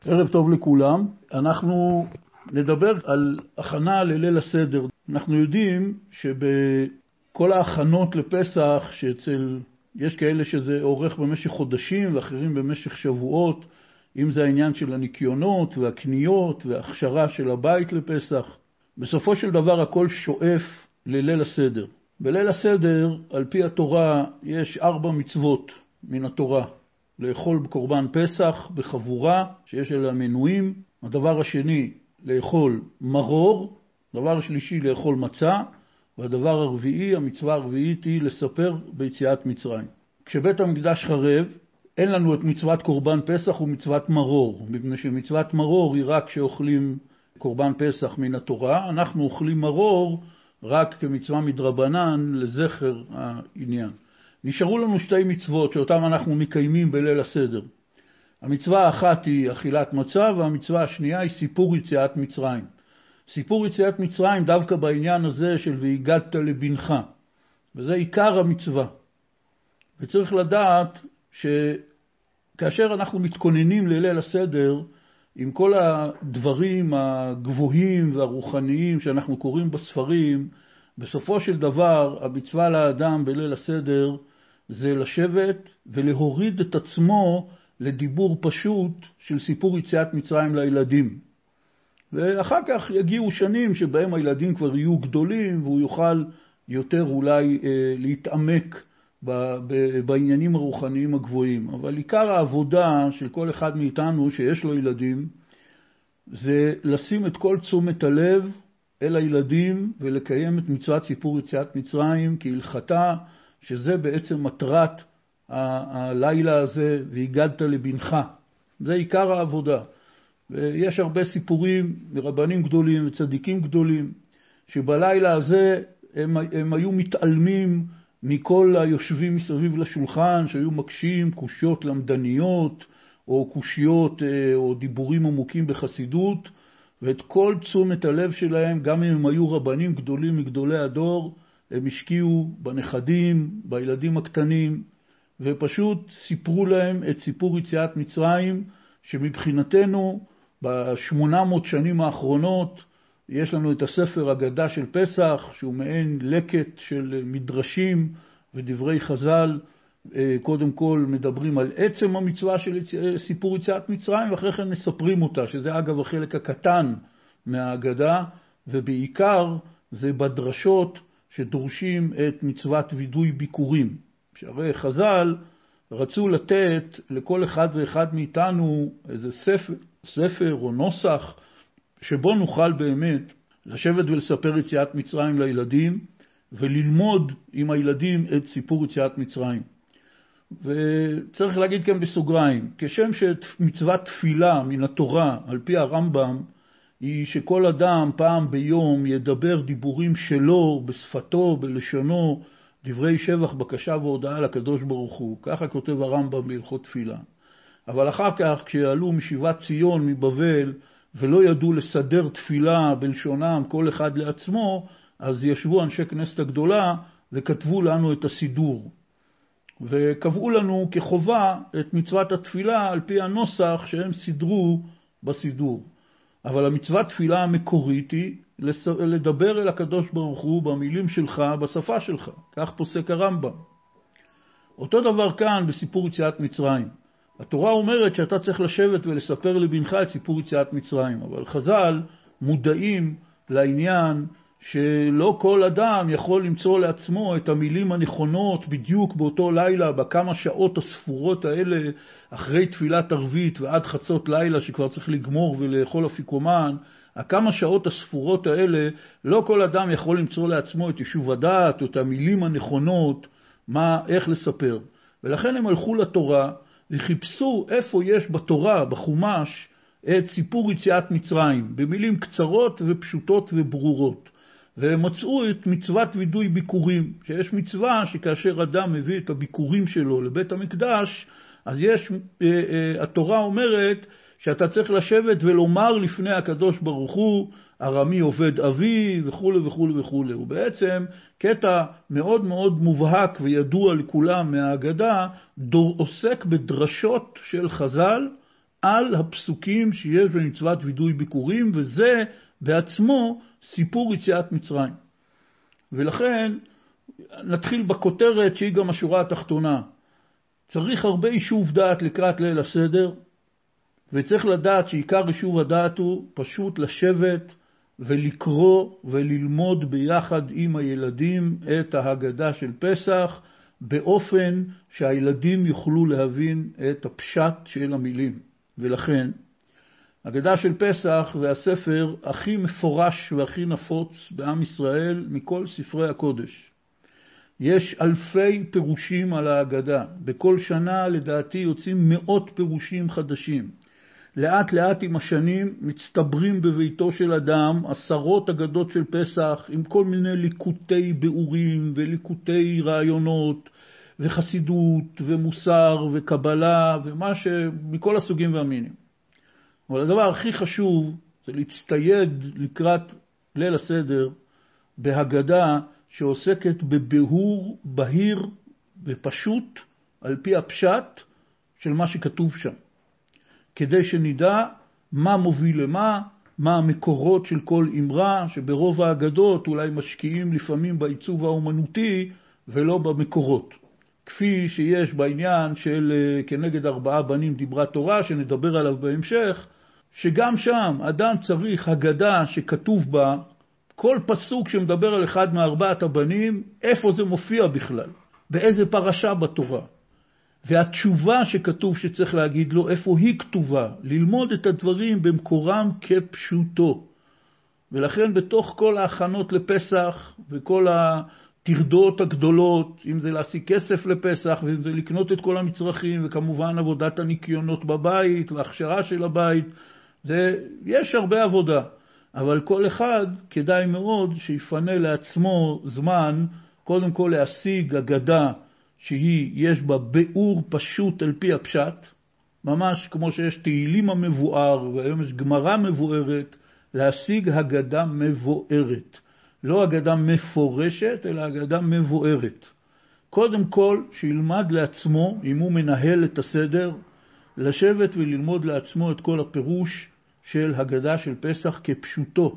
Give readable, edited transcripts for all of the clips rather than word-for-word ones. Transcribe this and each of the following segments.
ערב טוב לכולם. אנחנו נדבר על הכנה לליל הסדר. אנחנו יודעים שבכל ההכנות לפסח, יש כאלה שזה אורך במשך חודשים ואחרים במשך שבועות, אם זה העניין של הניקיונות והקניות וההכשרה של הבית לפסח. בסופו של דבר הכל שואף לליל הסדר. בליל הסדר, על פי התורה, יש 4 מצוות מן התורה. לאכול בקורבן פסח בחבורה שיש עליה מנויים. הדבר השני, לאכול מרור. הדבר השלישי, לאכול מצה. והדבר הרביעי, המצווה הרביעית היא לספר ביציאת מצרים. כשבית המקדש חרב, אין לנו את מצוות קורבן פסח ומצוות מרור. מפני שמצוות מרור היא רק שאוכלים קורבן פסח מן התורה. אנחנו אוכלים מרור רק כמצווה מדרבנן לזכר העניין. נשארו לנו 2 מצוות שאותן אנחנו מקיימים בליל הסדר. המצווה האחת היא אכילת מצה, והמצווה השנייה היא סיפור יציאת מצרים. סיפור יציאת מצרים דווקא בעניין הזה של והגדת לבנך. וזה עיקר המצווה. וצריך לדעת שכאשר אנחנו מתכוננים לליל הסדר, עם כל הדברים הגבוהים והרוחניים שאנחנו קוראים בספרים, בסופו של דבר המצווה לאדם בליל הסדר זה לשבת ולהוריד את עצמו לדיבור פשוט של סיפור יציאת מצרים לילדים. ואחר כך יגיעו שנים שבהם הילדים כבר יהיו גדולים והוא יוכל יותר אולי להתעמק בעניינים הרוחניים הגבוהים. אבל עיקר העבודה של כל אחד מאיתנו שיש לו ילדים זה לשים את כל תשומת הלב אל הילדים ולקיים את מצוות סיפור יציאת מצרים כהלכתה, שזה בעצם מטרת הלילה הזה, והגדת לבנך. זה עיקר העבודה. ויש הרבה סיפורים מרבנים גדולים וצדיקים גדולים, שבלילה הזה הם היו מתעלמים מכל היושבים מסביב לשולחן, שהיו מקשים קושיות למדניות, או קושיות או דיבורים עמוקים בחסידות, ואת כל תשומת הלב שלהם, גם אם הם היו רבנים גדולים מגדולי הדור, הם השקיעו בנכדים, בילדים הקטנים, ופשוט סיפרו להם את סיפור יציאת מצרים, שמבחינתנו ב800 שנים האחרונות יש לנו את הספר אגדה של פסח, שהוא מעין לקט של מדרשים ודברי חז"ל. קודם כל מדברים על עצם המצווה של סיפור יציאת מצרים, ואחרי כן מספרים אותה, שזה אגב החלק הקטן מהאגדה, ובעיקר זה בדרשות שדורשים את מצוות וידוי ביקורים. שהרי חז"ל רצו לתת לכל אחד ואחד מאיתנו איזה ספר או נוסח, שבו נוכל באמת לשבת ולספר יציאת מצרים לילדים, וללמוד עם הילדים את סיפור יציאת מצרים. וצריך להגיד כאן בסוגריים, כשם שמצוות תפילה מן התורה על פי הרמב"ם היא שכל אדם פעם ביום ידבר דיבורים שלו בשפתו, בלשונו, דברי שבח, בקשה והודאה לקדוש ברוך הוא. ככה כותב הרמב"ם בהלכות תפילה. אבל אחר כך כשיעלו משיבת ציון מבבל ולא ידעו לסדר תפילה בלשונם כל אחד לעצמו, אז ישבו אנשי כנסת הגדולה וכתבו לנו את הסידור. וקבעו לנו כחובה את מצוות התפילה על פי הנוסח שהם סידרו בסידור. אבל המצוות תפילה המקורית היא לדבר אל הקדוש ברוך הוא במילים שלך, בשפה שלך. כך פוסק הרמב"ם. אותו דבר כאן בסיפור יציאת מצרים. התורה אומרת שאתה צריך לשבת ולספר לבנך את סיפור יציאת מצרים. אבל חז"ל מודעים לעניין שלא כל אדם יכול למצוא לעצמו את המילים הנכונות בדיוק באותו לילה, בכמה שעות הספורות האלה, אחרי תפילת ערבית ועד חצות לילה שכבר צריך לגמור ולאכול אפיקומן, הכמה שעות הספורות האלה, לא כל אדם יכול למצוא לעצמו את יישוב הדעת, את המילים הנכונות, איך לספר. ולכן הם הלכו לתורה וחיפשו איפה יש בתורה, בחומש, את סיפור יציאת מצרים, במילים קצרות ופשוטות וברורות. והם מצאו את מצוות וידוי ביקורים, שיש מצווה שכאשר אדם מביא את הביקורים שלו לבית המקדש, אז התורה אומרת שאתה צריך לשבת ולומר לפני הקדוש ברוך הוא, ארמי עובד אבי וכו' וכו' וכו'. ובעצם קטע מאוד מאוד מובהק וידוע לכולם מהאגדה, עוסק בדרשות של חז"ל על הפסוקים שיש במצוות וידוי ביקורים, וזה בעצמו סיפור יציאת מצרים. ולכן נתחיל בכותרת שהיא גם השורה התחתונה. צריך הרבה יישוב דעת לקראת ליל הסדר, וצריך לדעת שעיקר יישוב הדעת הוא פשוט לשבת ולקרוא וללמוד ביחד עם הילדים את ההגדה של פסח, באופן שהילדים יוכלו להבין את הפשט של המילים. ולכן, הגדה של פסח זה הספר הכי מפורש והכי נפוץ בעם ישראל מכל ספרי הקודש. יש אלפי פירושים על ההגדה. בכל שנה לדעתי יוצאים מאות פירושים חדשים. לאט לאט עם השנים מצטברים בביתו של אדם עשרות אגדות של פסח עם כל מיני ליקוטי ביאורים וליקוטי רעיונות וחסידות ומוסר וקבלה ומה שמכל הסוגים והמינים. אבל הדבר הכי חשוב זה להצטייד לקראת ליל הסדר בהגדה שעוסקת בביאור בהיר ופשוט על פי הפשט של מה שכתוב שם. כדי שנדע מה מוביל למה, מה המקורות של כל אמרה, שברוב האגדות אולי משקיעים לפעמים בעיצוב האומנותי ולא במקורות. כפי שיש בעניין של כנגד 4 בנים דיברה תורה, שנדבר עליו בהמשך, שגם שם אדם צריך הגדה שכתוב בה, כל פסוק שמדבר על אחד מ4 הבנים, איפה זה מופיע בכלל, באיזה פרשה בתורה. והתשובה שכתוב שצריך להגיד לו איפה היא כתובה, ללמוד את הדברים במקורם כפשוטו. ולכן בתוך כל ההכנות לפסח וכל התרדות הגדולות, אם זה להשיג כסף לפסח ואם זה לקנות את כל המצרכים וכמובן עבודת הניקיונות בבית והכשרה של הבית, יש הרבה עבודה. אבל כל אחד כדאי מאוד שיפנה לעצמו זמן קודם כל להשיג הגדה שיש בה ביאור פשוט על פי הפשט, ממש כמו שיש תהילים המבואר והיום יש גמרא מבוארת, להשיג הגדה מבוארת. לא הגדה מפורשת, אלא הגדה מבוארת. קודם כל שילמד לעצמו, אם הוא מנהל את הסדר, לשבת וללמוד לעצמו את כל הפירוש של הגדה של פסח כפשוטו.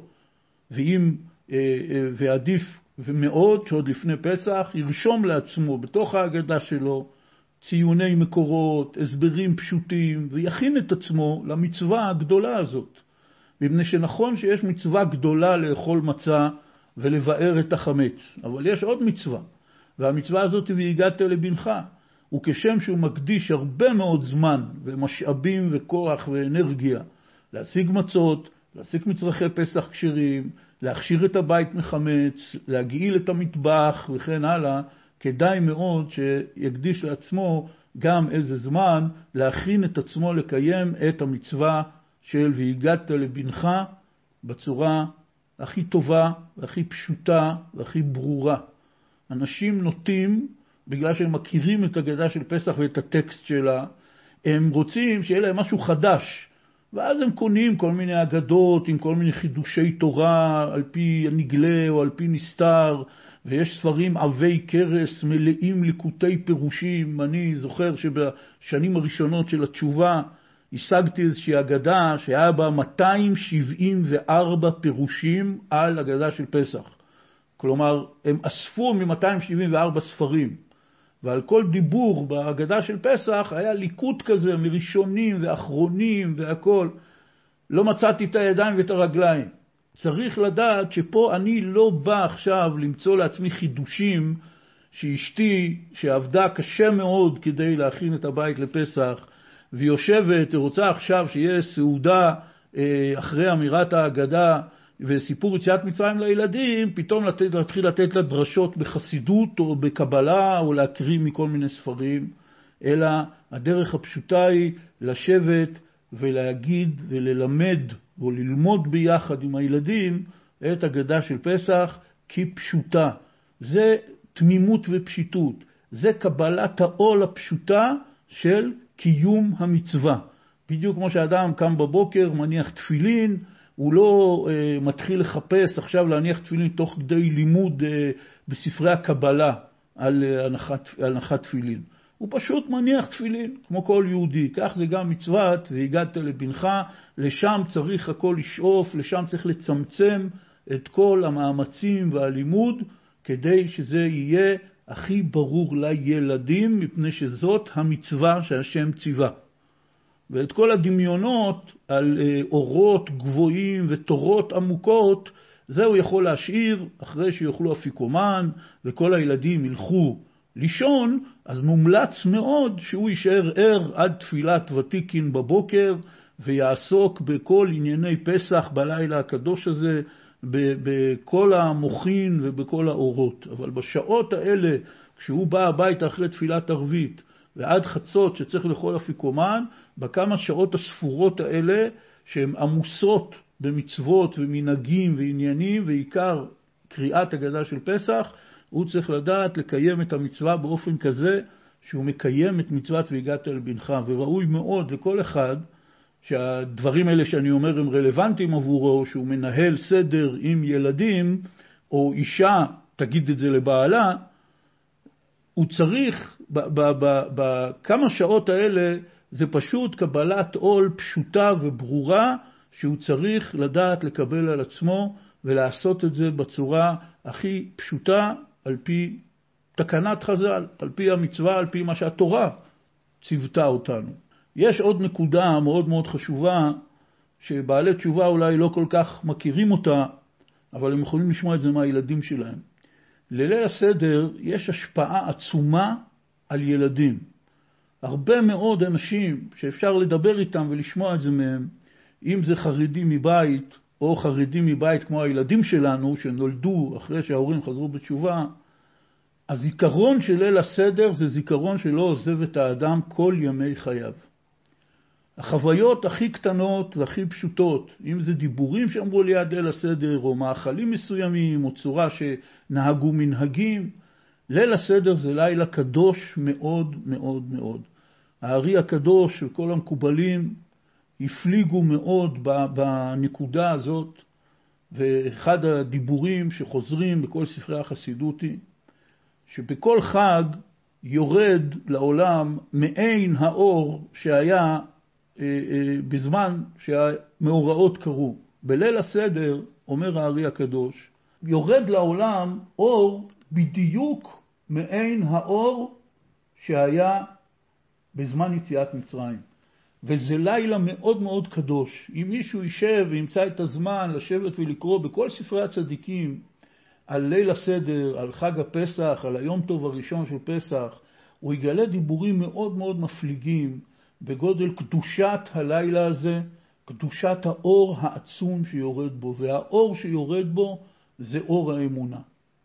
ועדיף ומאוד שעוד לפני פסח ירשום לעצמו בתוך ההגדה שלו ציוני מקורות, הסברים פשוטים, ויכין את עצמו למצווה הגדולה הזאת. מפני שנכון שיש מצווה גדולה לאכול מצה ולבאר את החמץ, אבל יש עוד מצווה, והמצווה הזאת והגעת לבנך, וכשם שהוא מקדיש הרבה מאוד זמן ומשאבים וכוח ואנרגיה להשיג מצות, להשיג מצרכי פסח כשרים, להכשיר את הבית מחמץ, להגעיל את המטבח וכן הלאה, כדאי מאוד שיקדיש לעצמו גם איזה זמן להכין את עצמו לקיים את המצווה של והגעת לבנך בצורה הכי טובה והכי פשוטה והכי ברורה. אנשים נוטים, בגלל שהם מכירים את הגדה של פסח ואת הטקסט שלה, הם רוצים שיהיה להם משהו חדש, ואז הם קונים כל מיני אגדות עם כל מיני חידושי תורה על פי הנגלה או על פי נסתר, ויש ספרים עבי קרס מלאים ליקוטי פירושים. אני זוכר שבשנים הראשונות של התשובה השגתי איזושהי אגדה שהיה בה 274 פירושים על אגדה של פסח. כלומר, הם אספו מ-274 ספרים, ועל כל דיבור בהגדה של פסח היה ליקוט כזה מראשונים ואחרונים והכל. לא מצאתי את הידיים ואת הרגליים. צריך לדעת שפה אני לא בא עכשיו למצוא לעצמי חידושים, שאשתי שעבדה קשה מאוד כדי להכין את הבית לפסח, והיא יושבת, רוצה עכשיו שיהיה סעודה אחרי אמירת ההגדה וסיפור יציאת מצרים לילדים, פתאום להתחיל לתת לה דרשות בחסידות או בקבלה או להקריא מכל מיני ספרים, אלא הדרך הפשוטה היא לשבת ולהגיד וללמד או ללמוד ביחד עם הילדים את הגדה של פסח כפשוטה. זה תמימות ופשיטות, זה קבלת העול הפשוטה של קיום המצווה. בדיוק כמו שאדם קם בבוקר, מניח תפילין, הוא לא מתחיל לחפש עכשיו להניח תפילין תוך כדי לימוד בספרי הקבלה על הנחת תפילין. הוא פשוט מניח תפילין, כמו כל יהודי. כך זה גם מצוות והגעת לבנך, לשם צריך הכל לשאוף, לשם צריך לצמצם את כל המאמצים והלימוד, כדי שזה יהיה הכי ברור לילדים, מפני שזאת המצווה שהשם ציווה. ואת כל הדמיונות על אורות גבוהים ותורות עמוקות, זה הוא יכול להשאיר אחרי שיוכלו אפיקומן וכל הילדים ילכו לישון. אז מומלץ מאוד שהוא יישאר ער עד תפילת ותיקין בבוקר, ויעסוק בכל ענייני פסח בלילה הקדוש הזה, בכל המוחין ובכל האורות. אבל בשעות האלה, כשהוא בא הביתה אחרי תפילת ערבית, ועד חצות שצריך לאכול אפיקומן, בכמה שעות הספורות האלה, שהן עמוסות במצוות ומנהגים ועניינים, ועיקר קריאת הגדה של פסח, הוא צריך לדעת לקיים את המצווה באופן כזה, שהוא מקיים את מצוות והגעת אל בנך. וראוי מאוד לכל אחד, שהדברים האלה שאני אומר הם רלוונטיים עבורו, שהוא מנהל סדר עם ילדים, או אישה תגיד את זה לבעלה, הוא צריך, בכמה שעות האלה, זה פשוט קבלת עול פשוטה וברורה, שהוא צריך לדעת לקבל על עצמו, ולעשות את זה בצורה הכי פשוטה, על פי תקנת חז"ל, על פי המצווה, על פי מה שהתורה ציוותה אותנו. יש עוד נקודה מאוד מאוד חשובה, שבעלי תשובה אולי לא כל כך מכירים אותה, אבל הם יכולים לשמוע את זה מהילדים שלהם. לליל הסדר יש השפעה עצומה על ילדים. הרבה מאוד אנשים שאפשר לדבר איתם ולשמוע את זה מהם, אם זה חרדים מבית או חרדים מבית כמו הילדים שלנו שנולדו אחרי שההורים חזרו בתשובה, הזיכרון של ליל הסדר זה זיכרון שלא עוזב את האדם כל ימי חייו. החוויות הכי קטנות והכי פשוטות, אם זה דיבורים שאמרו ליד ליל הסדר, או מאכלים מסוימים, או צורה שנהגו מנהגים, ליל הסדר זה לילה קדוש מאוד מאוד מאוד. הארי הקדוש וכל המקובלים הפליגו מאוד בנקודה הזאת, ואחד הדיבורים שחוזרים בכל ספרי החסידות היא, שבכל חג יורד לעולם מעין האור שהיה בזמן שהמאורעות קרו. בליל הסדר, אומר הארי הקדוש, יורד לעולם אור בדיוק מעין האור שהיה בזמן יציאת מצרים. וזה לילה מאוד מאוד קדוש. אם מישהו יישב וימצא את הזמן לשבת ולקרוא בכל ספרי הצדיקים על ליל הסדר, על חג הפסח, על היום טוב הראשון של פסח, הוא יגלה דיבורים מאוד מאוד מפליגים בגודל קדושת הלילה הזה, קדושת האור העצום שיורד בו, והאור שיורד בו זה אור האמונה.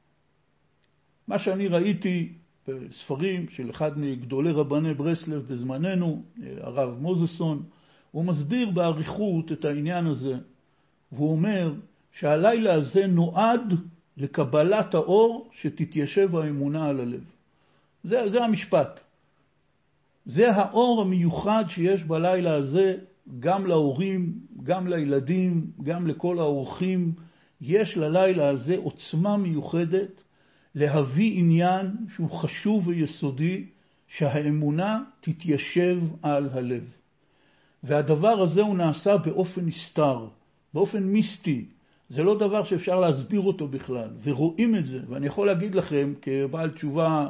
מה שאני ראיתי בספרים של אחד מגדולי רבני ברסלב בזמננו, הרב מוזסון, הוא מסביר בעריכות את העניין הזה, והוא אומר שהלילה הזה נועד לקבלת האור שתתיישב האמונה על הלב. זה המשפט. זה האור המיוחד שיש בלילה הזה, גם להורים, גם לילדים, גם לכל האורחים. יש ללילה הזה עוצמה מיוחדת להביא עניין שהוא חשוב ויסודי, שהאמונה תתיישב על הלב. והדבר הזה הוא נעשה באופן נסתר, באופן מיסטי. זה לא דבר שאפשר להסביר אותו בכלל, ורואים את זה. ואני יכול להגיד לכם, כבעל תשובה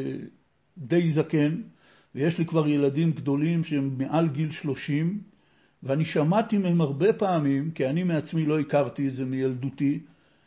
די זקן, ויש לי כבר ילדים גדולים שהם מעל גיל 30, ואני שמעתי מהם הרבה פעמים, כי אני מעצמי לא הכרתי את זה מילדותי,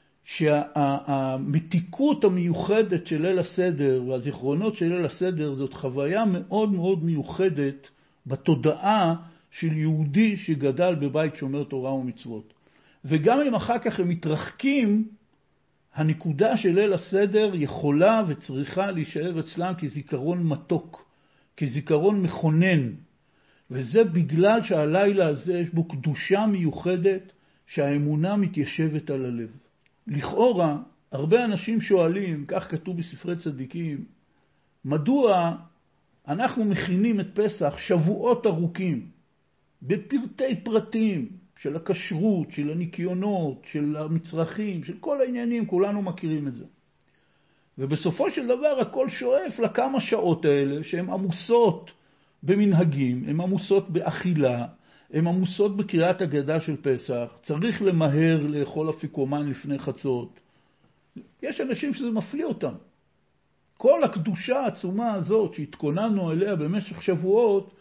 שהמתיקות המיוחדת של ליל הסדר והזיכרונות של ליל הסדר זאת חוויה מאוד מאוד מיוחדת בתודעה של יהודי שגדל בבית שומר תורה ומצוות. וגם אם אחר כך הם מתרחקים, הנקודה של ליל הסדר יכולה וצריכה להישאר אצלם כזיכרון מתוק, כזיכרון מכונן. וזה בגלל שהלילה הזה יש בו קדושה מיוחדת שהאמונה מתיישבת על הלב. לכאורה, הרבה אנשים שואלים, כך כתוב בספרי צדיקים, מדוע אנחנו מכינים את פסח שבועות ארוכים, בפרטי פרטים של הכשרות, של הניקיונות, של המצרכים, של כל העניינים, כולנו מכירים את זה. ובסופו של דבר הכל שואף לכמה שעות האלה שהן עמוסות במנהגים, הן עמוסות באכילה, הן עמוסות בקריאת הגדה של פסח, צריך למהר לאכול אפיקומן לפני חצות. יש אנשים שזה מפליא אותם. כל הקדושה העצומה הזאת שהתכוננו אליה במשך שבועות,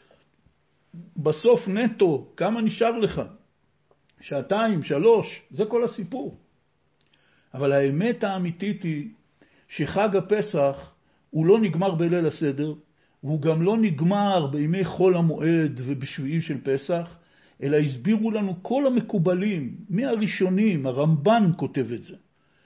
בסוף נטו, כמה נשאר לך? 2, 3, זה כל הסיפור. אבל האמת האמיתית היא שחג הפסח הוא לא נגמר בליל הסדר, והוא גם לא נגמר בימי חול המועד ובשביעי של פסח, אלא הסבירו לנו כל המקובלים, מהראשונים, הרמב"ן כותב את זה,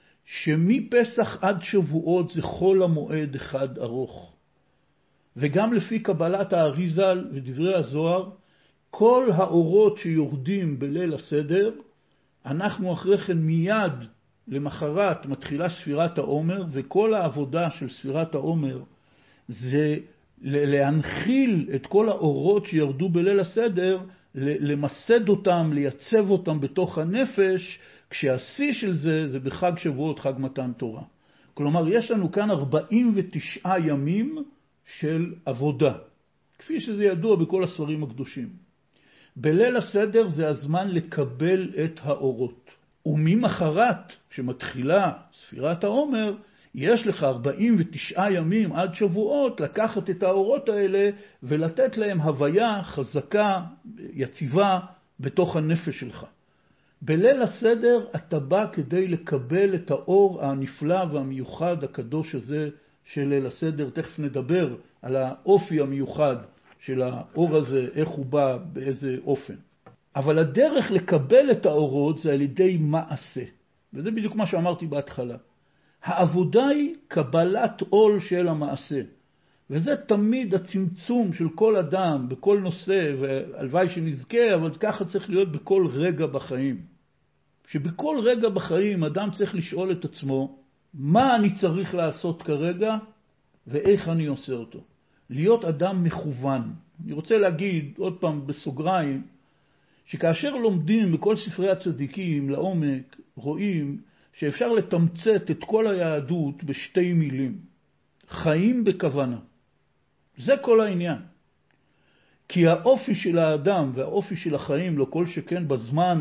שמפסח עד שבועות זה חול המועד אחד ארוך. וגם לפי קבלת האריז"ל ודברי הזוהר, כל האורות שיורדים בליל הסדר, אנחנו אחרי כן מיד למחרת מתחילה ספירת העומר, וכל העבודה של ספירת העומר זה להנחיל את כל האורות שירדו בליל הסדר, למסד אותם, לייצב אותם בתוך הנפש, כשהשיא של זה זה בחג שבועות, חג מתן תורה. כלומר, יש לנו כאן 49 ימים של עבודה, כפי שזה ידוע בכל הספרים הקדושים. בליל הסדר זה הזמן לקבל את האורות. וממחרת, שמתחילה ספירת העומר, יש לך 49 ימים עד שבועות לקחת את האורות האלה ולתת להם הוויה חזקה, יציבה, בתוך הנפש שלך. בליל הסדר אתה בא כדי לקבל את האור הנפלא והמיוחד הקדוש הזה של ליל הסדר. תכף נדבר על האופי המיוחד של האור הזה, איך הוא בא, באיזה אופן. אבל הדרך לקבל את האורות זה על ידי מעשה. וזה בדיוק מה שאמרתי בהתחלה. העבודה היא קבלת עול של המעשה. וזה תמיד הצמצום של כל אדם, בכל נושא, והלוואי שנזכה, אבל ככה צריך להיות בכל רגע בחיים. שבכל רגע בחיים אדם צריך לשאול את עצמו, מה אני צריך לעשות כרגע, ואיך אני עושה אותו. להיות אדם מכוון. אני רוצה להגיד עוד פעם בסוגריים, שכאשר לומדים בכל ספרי הצדיקים לעומק, רואים שאפשר לתמצת את כל היהדות בשתי מילים. חיים בכוונה. זה כל העניין. כי האופי של האדם והאופי של החיים, לא כל שכן בזמן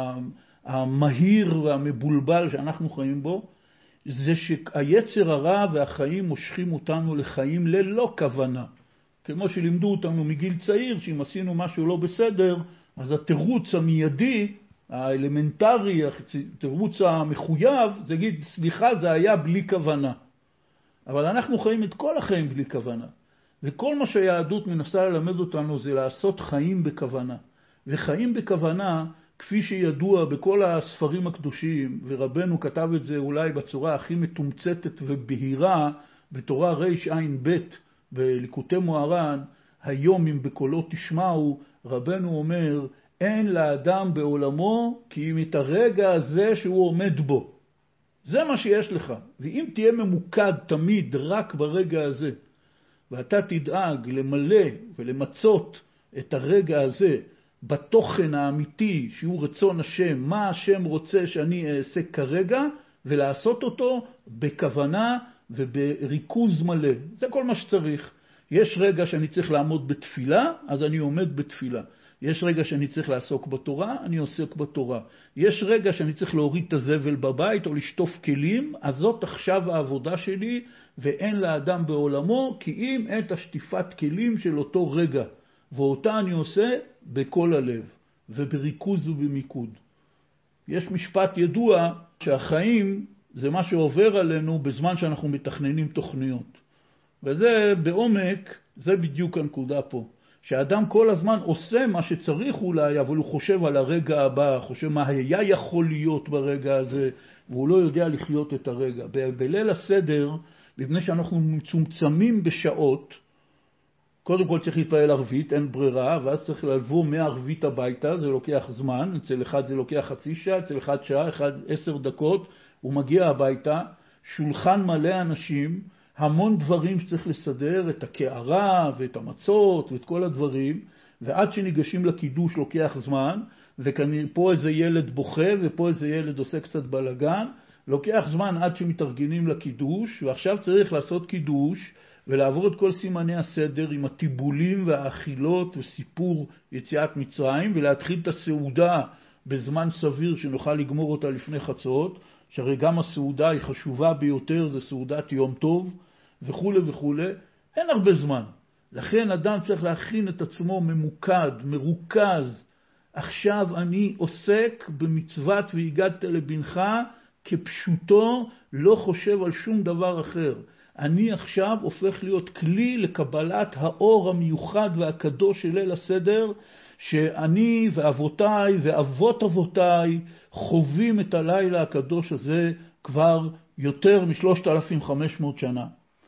המהיר והמבולבל שאנחנו חיים בו, זה שהיצר הרע והחיים מושכים אותנו לחיים ללא כוונה. כמו שלימדו אותנו מגיל צעיר, שאם עשינו משהו לא בסדר, אז התירוץ המיידי, האלמנטרי, התירוץ המחויב, זה להגיד, סליחה, זה היה בלי כוונה. אבל אנחנו חיים את כל החיים בלי כוונה. וכל מה שהיהדות מנסה ללמד אותנו זה לעשות חיים בכוונה. וחיים בכוונה, כפי שידוע בכל הספרים הקדושים, ורבנו כתב את זה אולי בצורה הכי מתומצתת ובהירה, בתורה רע"ב, בליקוטי מוהר"ן, היום אם בקולו תשמעו, רבנו אומר, אין לאדם בעולמו כי אם את הרגע הזה שהוא עומד בו. זה מה שיש לך. ואם תהיה ממוקד תמיד רק ברגע הזה, ואתה תדאג למלא ולמצות את הרגע הזה בתוכן האמיתי שהוא רצון השם, מה השם רוצה שאני אעשה כרגע, ולעשות אותו בכוונה ובריכוז מלא. זה כל מה שצריך. יש רגע שאני צריך לעמוד בתפילה, אז אני עומד בתפילה. יש רגע שאני צריך לעסוק בתורה, אני עוסק בתורה. יש רגע שאני צריך להוריד את הזבל בבית או לשטוף כלים, אז זאת עכשיו העבודה שלי, ואין לאדם בעולמו כי אם את השטיפת כלים של אותו רגע. ואותה אני עושה בכל הלב, ובריכוז ובמיקוד. יש משפט ידוע שהחיים זה מה שעובר עלינו בזמן שאנחנו מתכננים תוכניות. וזה בעומק, זה בדיוק הנקודה פה. שהאדם כל הזמן עושה מה שצריך אולי, אבל הוא חושב על הרגע הבא, חושב מה היה יכול להיות ברגע הזה, והוא לא יודע לחיות את הרגע. בליל הסדר, לפני שאנחנו מצומצמים בשעות, קודם כל צריך להתפעל ערבית, אין ברירה, ואז צריך לבוא מהערבית הביתה, זה לוקח זמן, אצל אחד זה לוקח חצי שעה, אצל אחד שעה, אחד 10 דקות, הוא מגיע הביתה, שולחן מלא אנשים, המון דברים שצריך לסדר, את הקערה ואת המצות ואת כל הדברים, ועד שניגשים לקידוש לוקח זמן, ופה איזה ילד בוכה ופה איזה ילד עושה קצת בלגן, לוקח זמן עד שמתארגנים לקידוש, ועכשיו צריך לעשות קידוש ולעבור את כל סימני הסדר עם הטיבולים והאכילות וסיפור יציאת מצרים, ולהתחיל את הסעודה בזמן סביר שנוכל לגמור אותה לפני חצות, שהרי גם הסעודה היא חשובה ביותר, זה סעודת יום טוב וכו' וכו'. אין הרבה זמן. לכן אדם צריך להכין את עצמו ממוקד, מרוכז. עכשיו אני עוסק במצוות והגדת לבנך כפשוטו, לא חושב על שום דבר אחר. אני עכשיו הופך להיות כלי לקבלת האור המיוחד והקדוש של ליל הסדר, שאני ואבותיי ואבות אבותיי חווים את הלילה הקדוש הזה כבר יותר מ-3,500 שנה.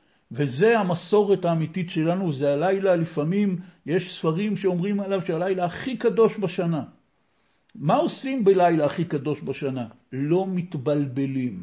וזה המסורת האמיתית שלנו, זה הלילה, לפעמים יש ספרים שאומרים עליו שהלילה הכי קדוש בשנה. מה עושים בלילה הכי קדוש בשנה? לא מתבלבלים,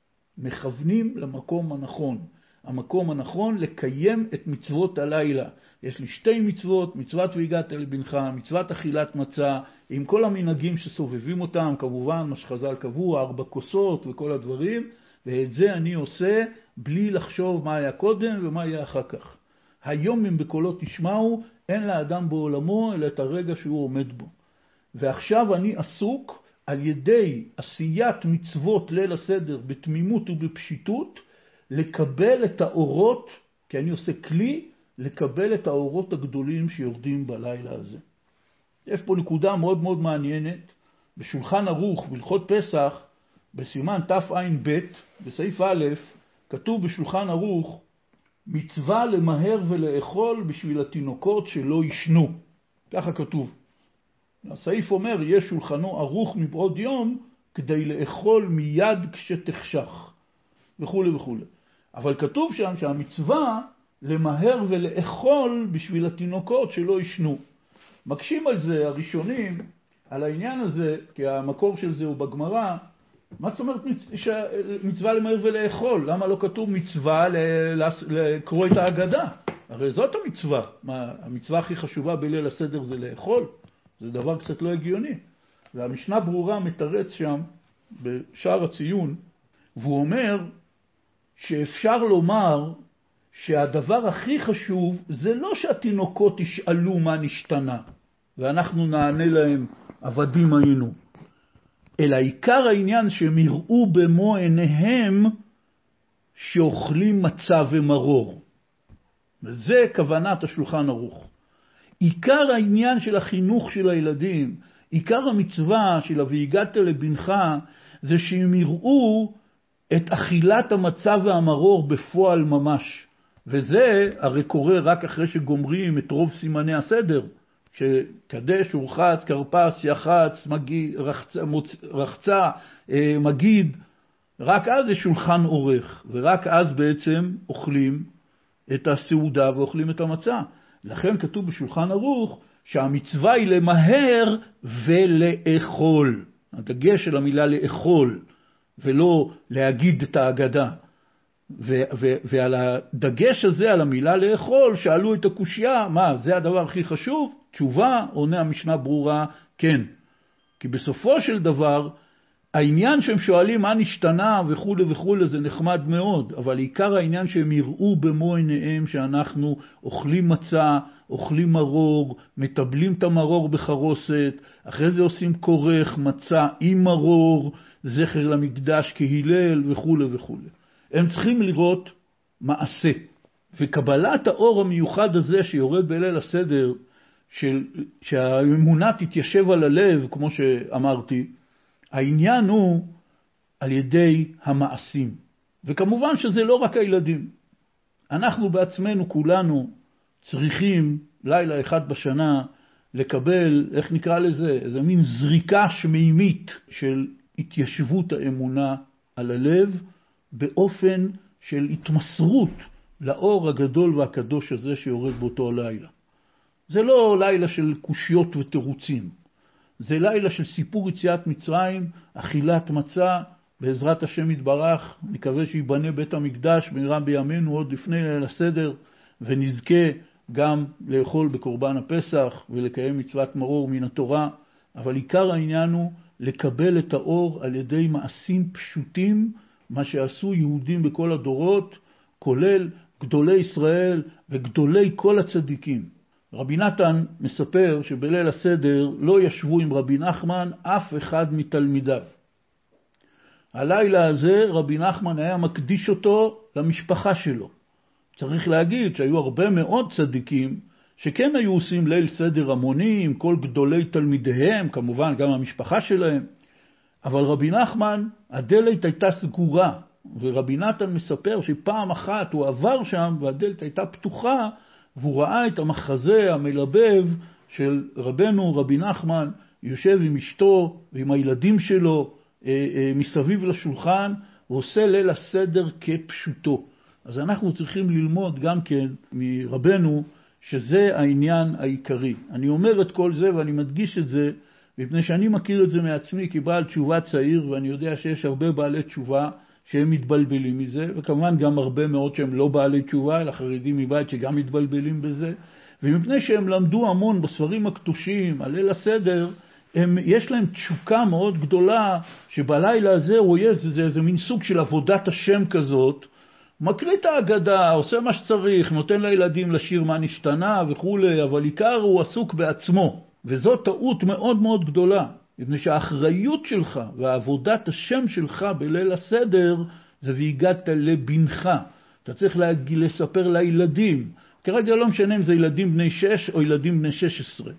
מכוונים למקום הנכון. המקום הנכון לקיים את מצוות הלילה. יש לי 2 מצוות, מצוות והגעת לבנך, מצוות אכילת מצה, עם כל המנהגים שסובבים אותם, כמובן מה שחז"ל קבעו, 4 כוסות וכל הדברים, ואת זה אני עושה בלי לחשוב מה היה קודם ומה היה אחר כך. היום אם בקולות תשמעו, אין לאדם בעולמו אלא את הרגע שהוא עומד בו. ועכשיו אני עסוק על ידי עשיית מצוות ליל הסדר בתמימות ובפשיטות, לקבל את האורות, כי אני עושה כלי, לקבל את האורות הגדולים שיורדים בלילה הזה. יש פה נקודה מאוד מאוד מעניינת. בשולחן ערוך, בהלכות פסח, בסימן תע"ב, בסעיף א', כתוב בשולחן ערוך, מצווה למהר ולאכול בשביל התינוקות שלא ישנו. ככה כתוב. הסעיף אומר, יש שולחנו ערוך מבעוד יום, כדי לאכול מיד כשתחשך, וכו' וכו'. אבל כתוב שם שהמצווה למהר ולאכול בשביל התינוקות שלא ישנו. מקשים על זה הראשונים, על העניין הזה, כי המקור של זה הוא בגמרא. מה זאת אומרת מצווה למהר ולאכול? למה לא כתוב מצווה לקרוא את ההגדה? הרי זאת המצווה. המצווה הכי חשובה בליל הסדר זה לאכול. זה דבר קצת לא הגיוני. והמשנה ברורה מתרץ שם בשער הציון, והוא אומר שאפשר לומר שהדבר הכי חשוב זה לא שהתינוקות ישאלו מה נשתנה, ואנחנו נענה להם עבדים היינו, אלא עיקר העניין שהם יראו במו עיניהם שאוכלים מצה ומרור. וזה כוונת השולחן ערוך. עיקר העניין של החינוך של הילדים, עיקר המצווה של והגעת לבנך, זה שהם יראו את אכילת המצה והמרור בפועל ממש. וזה הרי קורה רק אחרי שגומרים את רוב סימני הסדר. שקדש, ורחץ, קרפס, יחץ, רחצה, מגיד, רק אז זה שולחן עורך, ורק אז בעצם אוכלים את הסעודה ואוכלים את המצה. לכן כתוב בשולחן ערוך שהמצווה היא למהר ולאכול. הדגש של המילה לאכול, ולא להגיד את ההגדה. ועל הדגש הזה, על המילה לאכול, שאלו את הקושיה, מה, זה הדבר הכי חשוב? תשובה, עונה המשנה ברורה, כן. כי בסופו של דבר, העניין שהם שואלים מה נשתנה וכו' וכו' זה נחמד מאוד, אבל עיקר העניין שהם יראו במו עיניהם שאנחנו אוכלים מצה, אוכלים מרור, מטבלים את המרור בחרוסת, אחרי זה עושים כורך, מצה עם מרור, זכר למקדש כהילל וכו' וכו'. הם צריכים לראות מעשה. וקבלת האור המיוחד הזה שיורד בליל הסדר, שהאמונה תתיישב על הלב, כמו שאמרתי, העניין הוא על ידי המעשים. וכמובן שזה לא רק הילדים. אנחנו בעצמנו כולנו צריכים לילה אחד בשנה לקבל, איך נקרא לזה, איזה מין זריקה שמימית של התיישבות האמונה על הלב, באופן של התמסרות לאור הגדול והקדוש הזה שיורד באותו הלילה. זה לא לילה של קושיות ותירוצים. זה לילה של סיפור יציאת מצרים, אכילת מצה, בעזרת השם יתברך, נקווה שיבנה בית המקדש במהרה בימינו עוד לפני ליל הסדר, ונזכה גם לאכול בקורבן הפסח ולקיים מצוות מרור מן התורה, אבל עיקר העניין הוא לקבל את האור על ידי מעשים פשוטים, מה שעשו יהודים בכל הדורות, כולל גדולי ישראל וגדולי כל הצדיקים. רבי נתן מספר שבליל הסדר לא ישבו עם רבי נחמן אף אחד מתלמידיו. הלילה הזה רבי נחמן היה מקדיש אותו למשפחה שלו. צריך להגיד שהיו הרבה מאוד צדיקים שכן היו עושים ליל סדר המוני עם כל גדולי תלמידיהם, כמובן גם המשפחה שלהם, אבל רבי נחמן, הדלת הייתה סגורה, ורבי נתן מספר שפעם אחת הוא עבר שם והדלת הייתה פתוחה, והוא ראה את המחזה המלבב של רבנו רבי נחמן יושב עם אשתו ועם הילדים שלו מסביב לשולחן, ועושה ליל הסדר כפשוטו. אז אנחנו צריכים ללמוד גם כן מרבנו שזה העניין העיקרי. אני אומר את כל זה ואני מדגיש את זה, מפני שאני מכיר את זה מעצמי כבעל תשובה צעיר, ואני יודע שיש הרבה בעלי תשובה שהם מתבלבלים מזה, וכמובן גם הרבה מאוד שהם לא בעלי תשובה, אלא חרדים מבית שגם מתבלבלים בזה, ומפני שהם למדו המון בספרים הקדושים על ליל הסדר, יש להם תשוקה מאוד גדולה, שבלילה הזה זה מין סוג של עבודת השם כזאת, מקריא את ההגדה, עושה מה שצריך, נותן לילדים לשיר מה נשתנה וכו', אבל עיקר הוא עסוק בעצמו, וזו טעות מאוד מאוד גדולה, מפני שהאחריות שלך ועבודת השם שלך בליל הסדר, זה והגעת לבנך. אתה צריך לספר לילדים, כרגע לא משנה אם זה ילדים בני 6 או ילדים בני 16,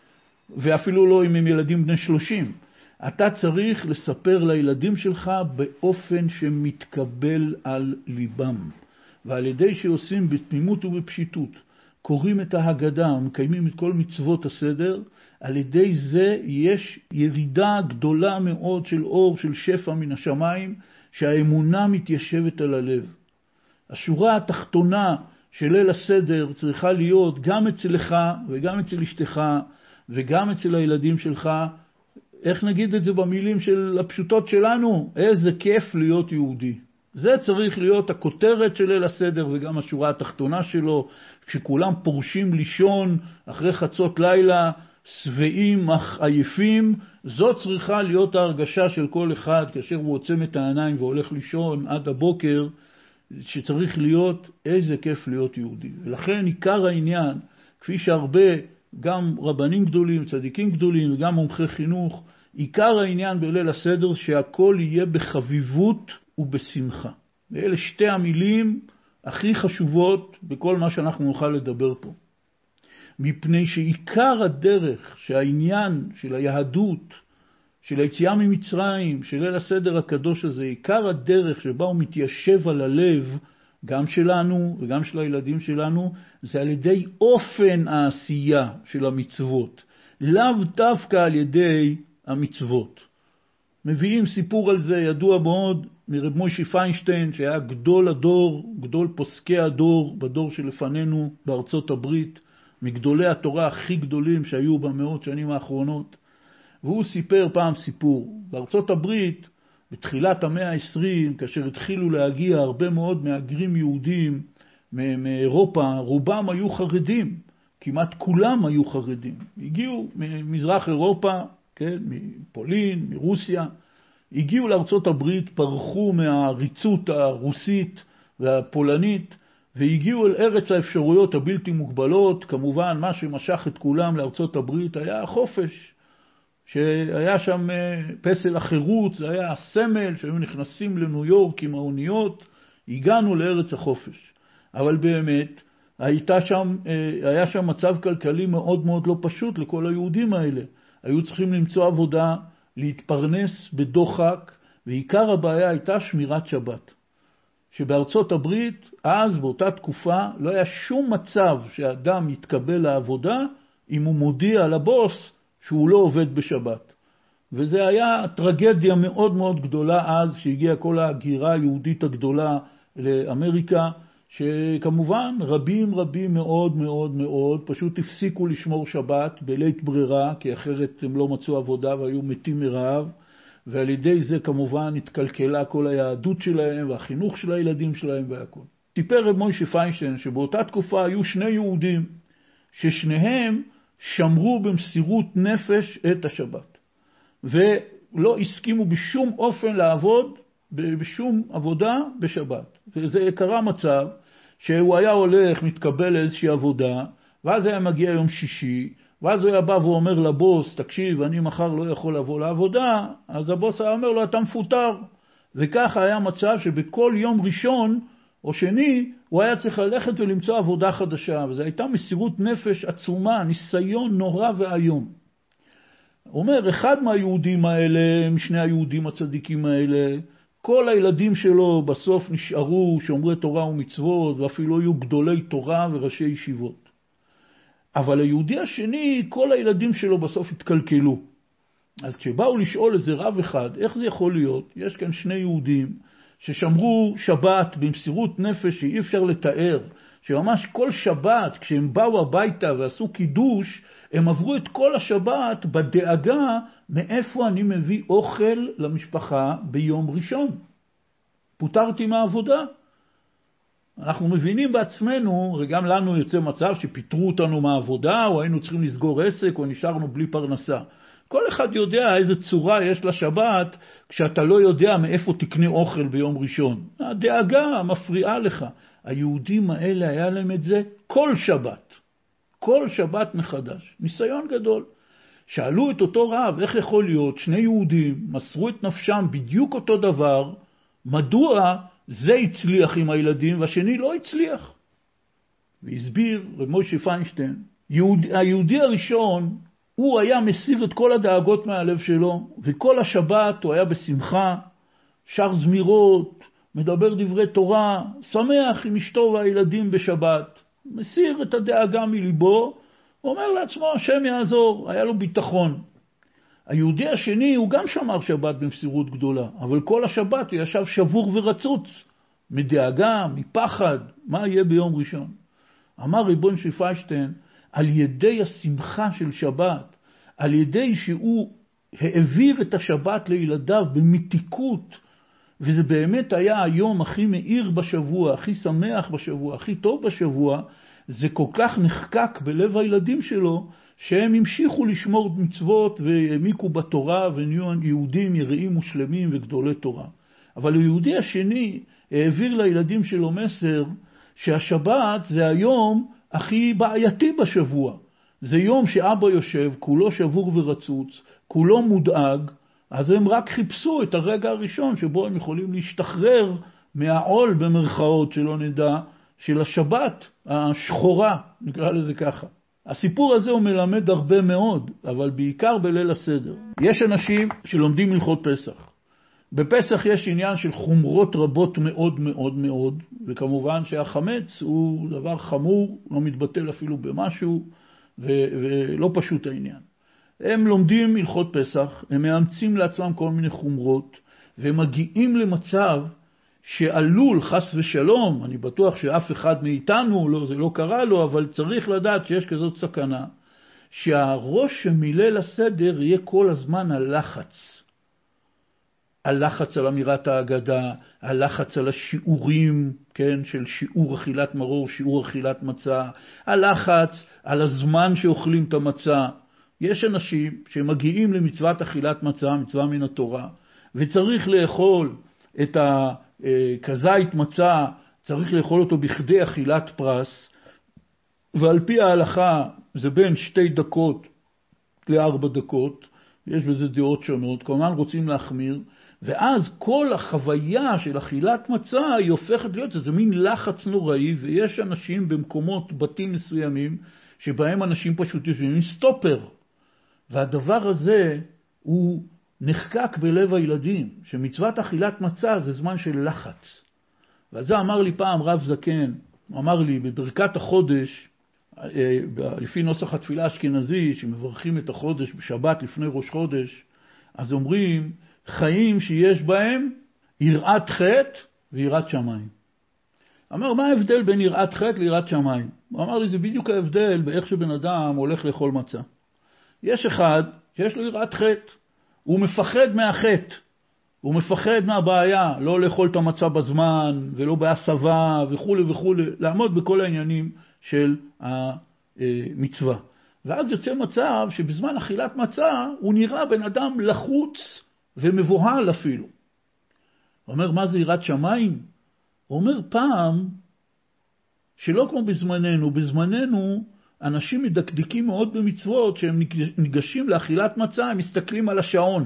ואפילו לא אם הם ילדים בני 30. אתה צריך לספר לילדים שלך באופן שמתקבל על ליבם. ועל ידי שעושים בתמימות ובפשיטות, קוראים את ההגדה, מקיימים את כל מצוות הסדר, על ידי זה יש ירידה גדולה מאוד של אור, של שפע מן השמיים, שהאמונה מתיישבת על הלב. השורה התחתונה של ליל הסדר צריכה להיות גם אצלך וגם אצל אשתך וגם אצל הילדים שלך. איך נגיד את זה במילים של הפשוטות שלנו? איזה כיף להיות יהודי. זה צריך להיות הכותרת של ליל הסדר וגם השורה התחתונה שלו, כשכולם פורשים לישון אחרי חצות לילה, שבעים אך עייפים, זו צריכה להיות ההרגשה של כל אחד כאשר הוא עוצם את העיניים והולך לישון עד הבוקר, שצריך להיות איזה כיף להיות יהודי. ולכן עיקר העניין, כפי שהרבה גם רבנים גדולים, צדיקים גדולים וגם מומחי חינוך, עיקר העניין בליל הסדר שהכל יהיה בחביבות ובשמחה. ואלה שתי המילים הכי חשובות בכל מה שאנחנו נוכל לדבר פה. מפני שעיקר הדרך שהעניין של היהדות, של היציאה ממצרים, של ליל הסדר הקדוש הזה, עיקר הדרך שבה הוא מתיישב על הלב, גם שלנו וגם של הילדים שלנו, זה על ידי אופן העשייה של המצוות, לאו דווקא על ידי המצוות. מביאים סיפור על זה ידוע מאוד מרב מוישה פיינשטיין, שהיה גדול הדור, גדול פוסקי הדור בדור שלפנינו בארצות הברית, מגדולי התורה הכי גדולים שהיו במאות שנים האחרונות. והוא סיפר פעם סיפור. בארצות הברית, בתחילת המאה ה-20, כאשר התחילו להגיע הרבה מאוד מהגרים יהודים מאירופה, רובם היו חרדים, כמעט כולם היו חרדים. הגיעו ממזרח אירופה, כן, מפולין, מרוסיה, הגיעו לארצות הברית, פרחו מהריצות הרוסית והפולנית, והגיעו אל ארץ האפשרויות הבלתי מוגבלות. כמובן, מה שמשך את כולם לארצות הברית היה החופש, שהיה שם פסל החירות, זה היה הסמל שהיו נכנסים לניו יורק עם האוניות, הגענו לארץ החופש. אבל באמת, היה שם מצב כלכלי מאוד מאוד לא פשוט לכל היהודים האלה. היו צריכים למצוא עבודה, להתפרנס בדוחק, ועיקר הבעיה הייתה שמירת שבת. שבארצות הברית, אז באותה תקופה, לא היה שום מצב שאדם יתקבל לעבודה אם הוא מודיע לבוס שהוא לא עובד בשבת. וזה היה טרגדיה מאוד מאוד גדולה אז, שהגיעה כל ההגירה היהודית הגדולה לאמריקה, שכמובן רבים מאוד מאוד מאוד פשוט הפסיקו לשמור שבת בלית ברירה, כי אחרת הם לא מצאו עבודה והיו מתים מרעב, ועל ידי זה כמובן התקלקלה כל היהדות שלהם והחינוך של הילדים שלהם והכל. סיפר רב מוישה פיינשטיין שבאותה תקופה היו שני יהודים ששניהם שמרו במסירות נפש את השבת. לא הסכימו בשום אופן לעבוד, בשום עבודה בשבת. וזה קרה מצב שהוא היה הולך, מתקבל לאיזושהי עבודה, ואז היה מגיע יום שישי, ואז הוא היה בא ואומר לבוס, תקשיב, אני מחר לא יכול לבוא לעבודה, אז הבוס היה אומר לו, אתה מפוטר. וככה היה מצב שבכל יום ראשון או שני, הוא היה צריך ללכת ולמצוא עבודה חדשה, וזו הייתה מסירות נפש עצומה, ניסיון נורא והיום. הוא אומר, אחד מהיהודים האלה, משני היהודים הצדיקים האלה, כל הילדים שלו בסוף נשארו שומרי תורה ומצוות, ואפילו היו גדולי תורה וראשי ישיבות. אבל היהודי השני, כל הילדים שלו בסוף התקלקלו. אז כשבאו לשאול איזה רב אחד, איך זה יכול להיות? יש כאן שני יהודים ששמרו שבת במסירות נפש שאי אפשר לתאר, שממש כל שבת כשהם באו הביתה ועשו קידוש, הם עברו את כל השבת בדאגה מאיפה אני מביא אוכל למשפחה ביום ראשון. פוטרתי מהעבודה. אנחנו מבינים בעצמנו, וגם לנו יוצא מצב שפיטרו אותנו מהעבודה, או היינו צריכים לסגור עסק, או נשארנו בלי פרנסה. כל אחד יודע איזה צורה יש לשבת, כשאתה לא יודע מאיפה תקנה אוכל ביום ראשון. הדאגה מפריעה לך. היהודים האלה היה להם את זה כל שבת. כל שבת מחדש. ניסיון גדול. שאלו את אותו רב, איך יכול להיות שני יהודים מסרו את נפשם בדיוק אותו דבר, מדוע זה הצליח עם הילדים והשני לא הצליח? והסביר רב משה פיינשטיין, היהודי הראשון, הוא היה מסיר את כל הדאגות מהלב שלו, וכל השבת הוא היה בשמחה, שר זמירות, מדבר דברי תורה, שמח עם אשתו והילדים בשבת, מסיר את הדאגה מליבו, אומר לעצמו, השם יעזור, היה לו ביטחון. היהודי השני הוא גם שמר שבת במסירות גדולה, אבל כל השבת הוא ישב שבור ורצוץ, מדאגה, מפחד, מה יהיה ביום ראשון. אמר ריבון של פיינשטיין, על ידי השמחה של שבת, על ידי שהוא העביר את השבת לילדיו במתיקות, וזה באמת היה היום הכי מאיר בשבוע, הכי שמח בשבוע, הכי טוב בשבוע, זה כל כך נחקק בלב הילדים שלו, שהם המשיכו לשמור מצוות והעמיקו בתורה ונהיו יהודים יראים ושלמים וגדולי תורה. אבל היהודי השני העביר לילדים שלו מסר שהשבת זה היום הכי בעייתי בשבוע. זה יום שאבא יושב, כולו שבור ורצוץ, כולו מודאג, אז הם רק חיפשו את הרגע הראשון שבו הם יכולים להשתחרר מהעול במרכאות שלא נדע, של השבת השחורה, נקרא לזה ככה. הסיפור הזה הוא מלמד הרבה מאוד, אבל בעיקר בליל הסדר. יש אנשים שלומדים הלכות פסח. בפסח יש עניין של חומרות רבות מאוד מאוד מאוד, וכמובן שהחמץ הוא דבר חמור, לא מתבטל אפילו במשהו, ולא פשוט העניין. הם לומדים הלכות פסח, הם מאמצים לעצמם כל מיני חומרות, ומגיעים למצב שעלול חס ושלום, אני בטוח שאף אחד מאיתנו, לא, זה לא קרה לו, אבל צריך לדעת שיש כזאת סכנה, שהראש שמליל הסדר יהיה כל הזמן הלחץ. הלחץ על אמירת ההגדה, הלחץ על השיעורים, כן, של שיעור אכילת מרור, שיעור אכילת מצה, הלחץ על הזמן שאוכלים את המצה. יש אנשים שמגיעים למצוות אכילת מצה, מצווה מן התורה, וצריך לאכול את הכזית מצה, צריך לאכול אותו בכדי אכילת פרס, ועל פי ההלכה זה בין 2 דקות ל4 דקות, יש בזה דעות שונות, כמובן רוצים להחמיר, ואז כל החוויה של אכילת מצה היא הופכת להיות איזה מין לחץ נוראי, ויש אנשים במקומות, בתים מסוימים, שבהם אנשים פשוט יושבים עם סטופר. והדבר הזה הוא נחקק בלב הילדים, שמצוות אכילת מצה זה זמן של לחץ. ועל זה אמר לי פעם רב זקן, אמר לי בברכת החודש, לפי נוסח התפילה האשכנזי, שמברכים את החודש בשבת לפני ראש חודש, אז אומרים, חיים שיש בהם יראת חטא ויראת שמיים. אמר, מה ההבדל בין יראת חטא ליראת שמיים? הוא אמר לי, זה בדיוק ההבדל באיך שבן אדם הולך לאכול מצה. יש אחד שיש לו יראת חטא, הוא מפחד מהחטא, הוא מפחד מהבעיה, לא לאכול את המצה בזמן ולא בהסבה וכו' וכו', לעמוד בכל העניינים של המצווה. ואז יוצא מצב שבזמן אכילת מצה הוא נראה בן אדם לחוץ ומבוהל אפילו. הוא אומר, מה זה יראת שמיים? הוא אומר פעם, שלא כמו בזמננו אנשים מדקדקים מאוד במצוות, שהם ניגשים לאכילת מצה, הם מסתכלים על השעון.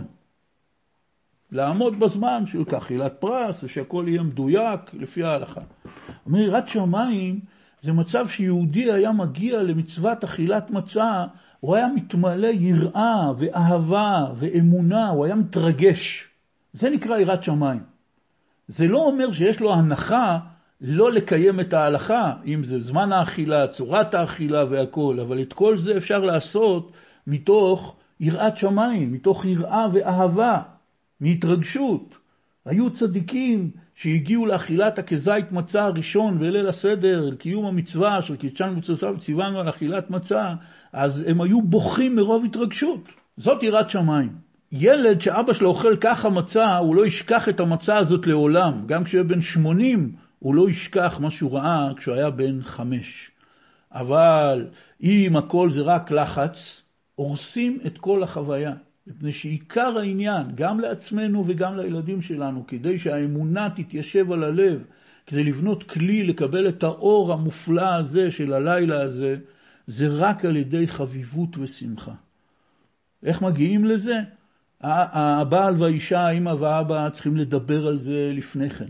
לעמוד בזמן של אכילת פרס, ושהכל יהיה מדויק לפי ההלכה. הוא אומר, יראת שמיים זה מצב שיהודי היה מגיע למצוות אכילת מצה, הוא היה מתמלא יראה ואהבה ואמונה, הוא היה מתרגש. זה נקרא יראת שמיים. זה לא אומר שיש לו הנחה לא לקיים את ההלכה, אם זה זמן האכילה, צורת האכילה והכל, אבל את כל זה אפשר לעשות מתוך יראת שמיים, מתוך יראה ואהבה, מהתרגשות. היו צדיקים שהגיעו לאכילת הכזית מצה הראשון בליל הסדר, קיום המצווה של קידשנו מצוותיו וציוונו על אכילת מצה, אז הם היו בוכים מרוב התרגשות. זאת יראת שמיים. ילד שאבא שלו אוכל ככה מצה, הוא לא ישכח את המצה הזאת לעולם. גם כשהוא בן 80, הוא לא ישכח מה שהוא ראה כשהוא היה בן 5. אבל אם הכל זה רק לחץ, הורסים את כל החוויה. מפני שעיקר העניין, גם לעצמנו וגם לילדים שלנו, כדי שהאמונה תתיישב על הלב, כדי לבנות כלי לקבל את האור המופלא הזה של הלילה הזה, זה רק על ידי חביבות ושמחה. איך מגיעים לזה? הבעל והאישה, האמא והאבא, צריכים לדבר על זה לפני כן.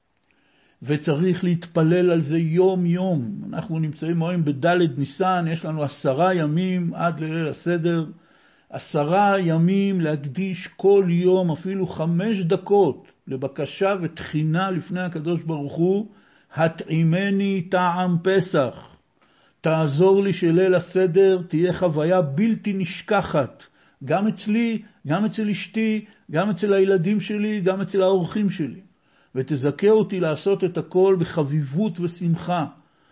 וצריך להתפלל על זה יום יום. אנחנו נמצאים היום בדלת ניסן, יש לנו 10 ימים עד ליל הסדר. 10 ימים להקדיש כל יום, אפילו 5 דקות, לבקשה ותחינה לפני הקדוש ברוך הוא, התעימני טעם פסח. תעזור לי שליל הסדר תהיה חוויה בלתי נשכחת, גם אצלי, גם אצל אשתי, גם אצל הילדים שלי, גם אצל האורחים שלי. ותזכה אותי לעשות את הכל בחביבות ושמחה,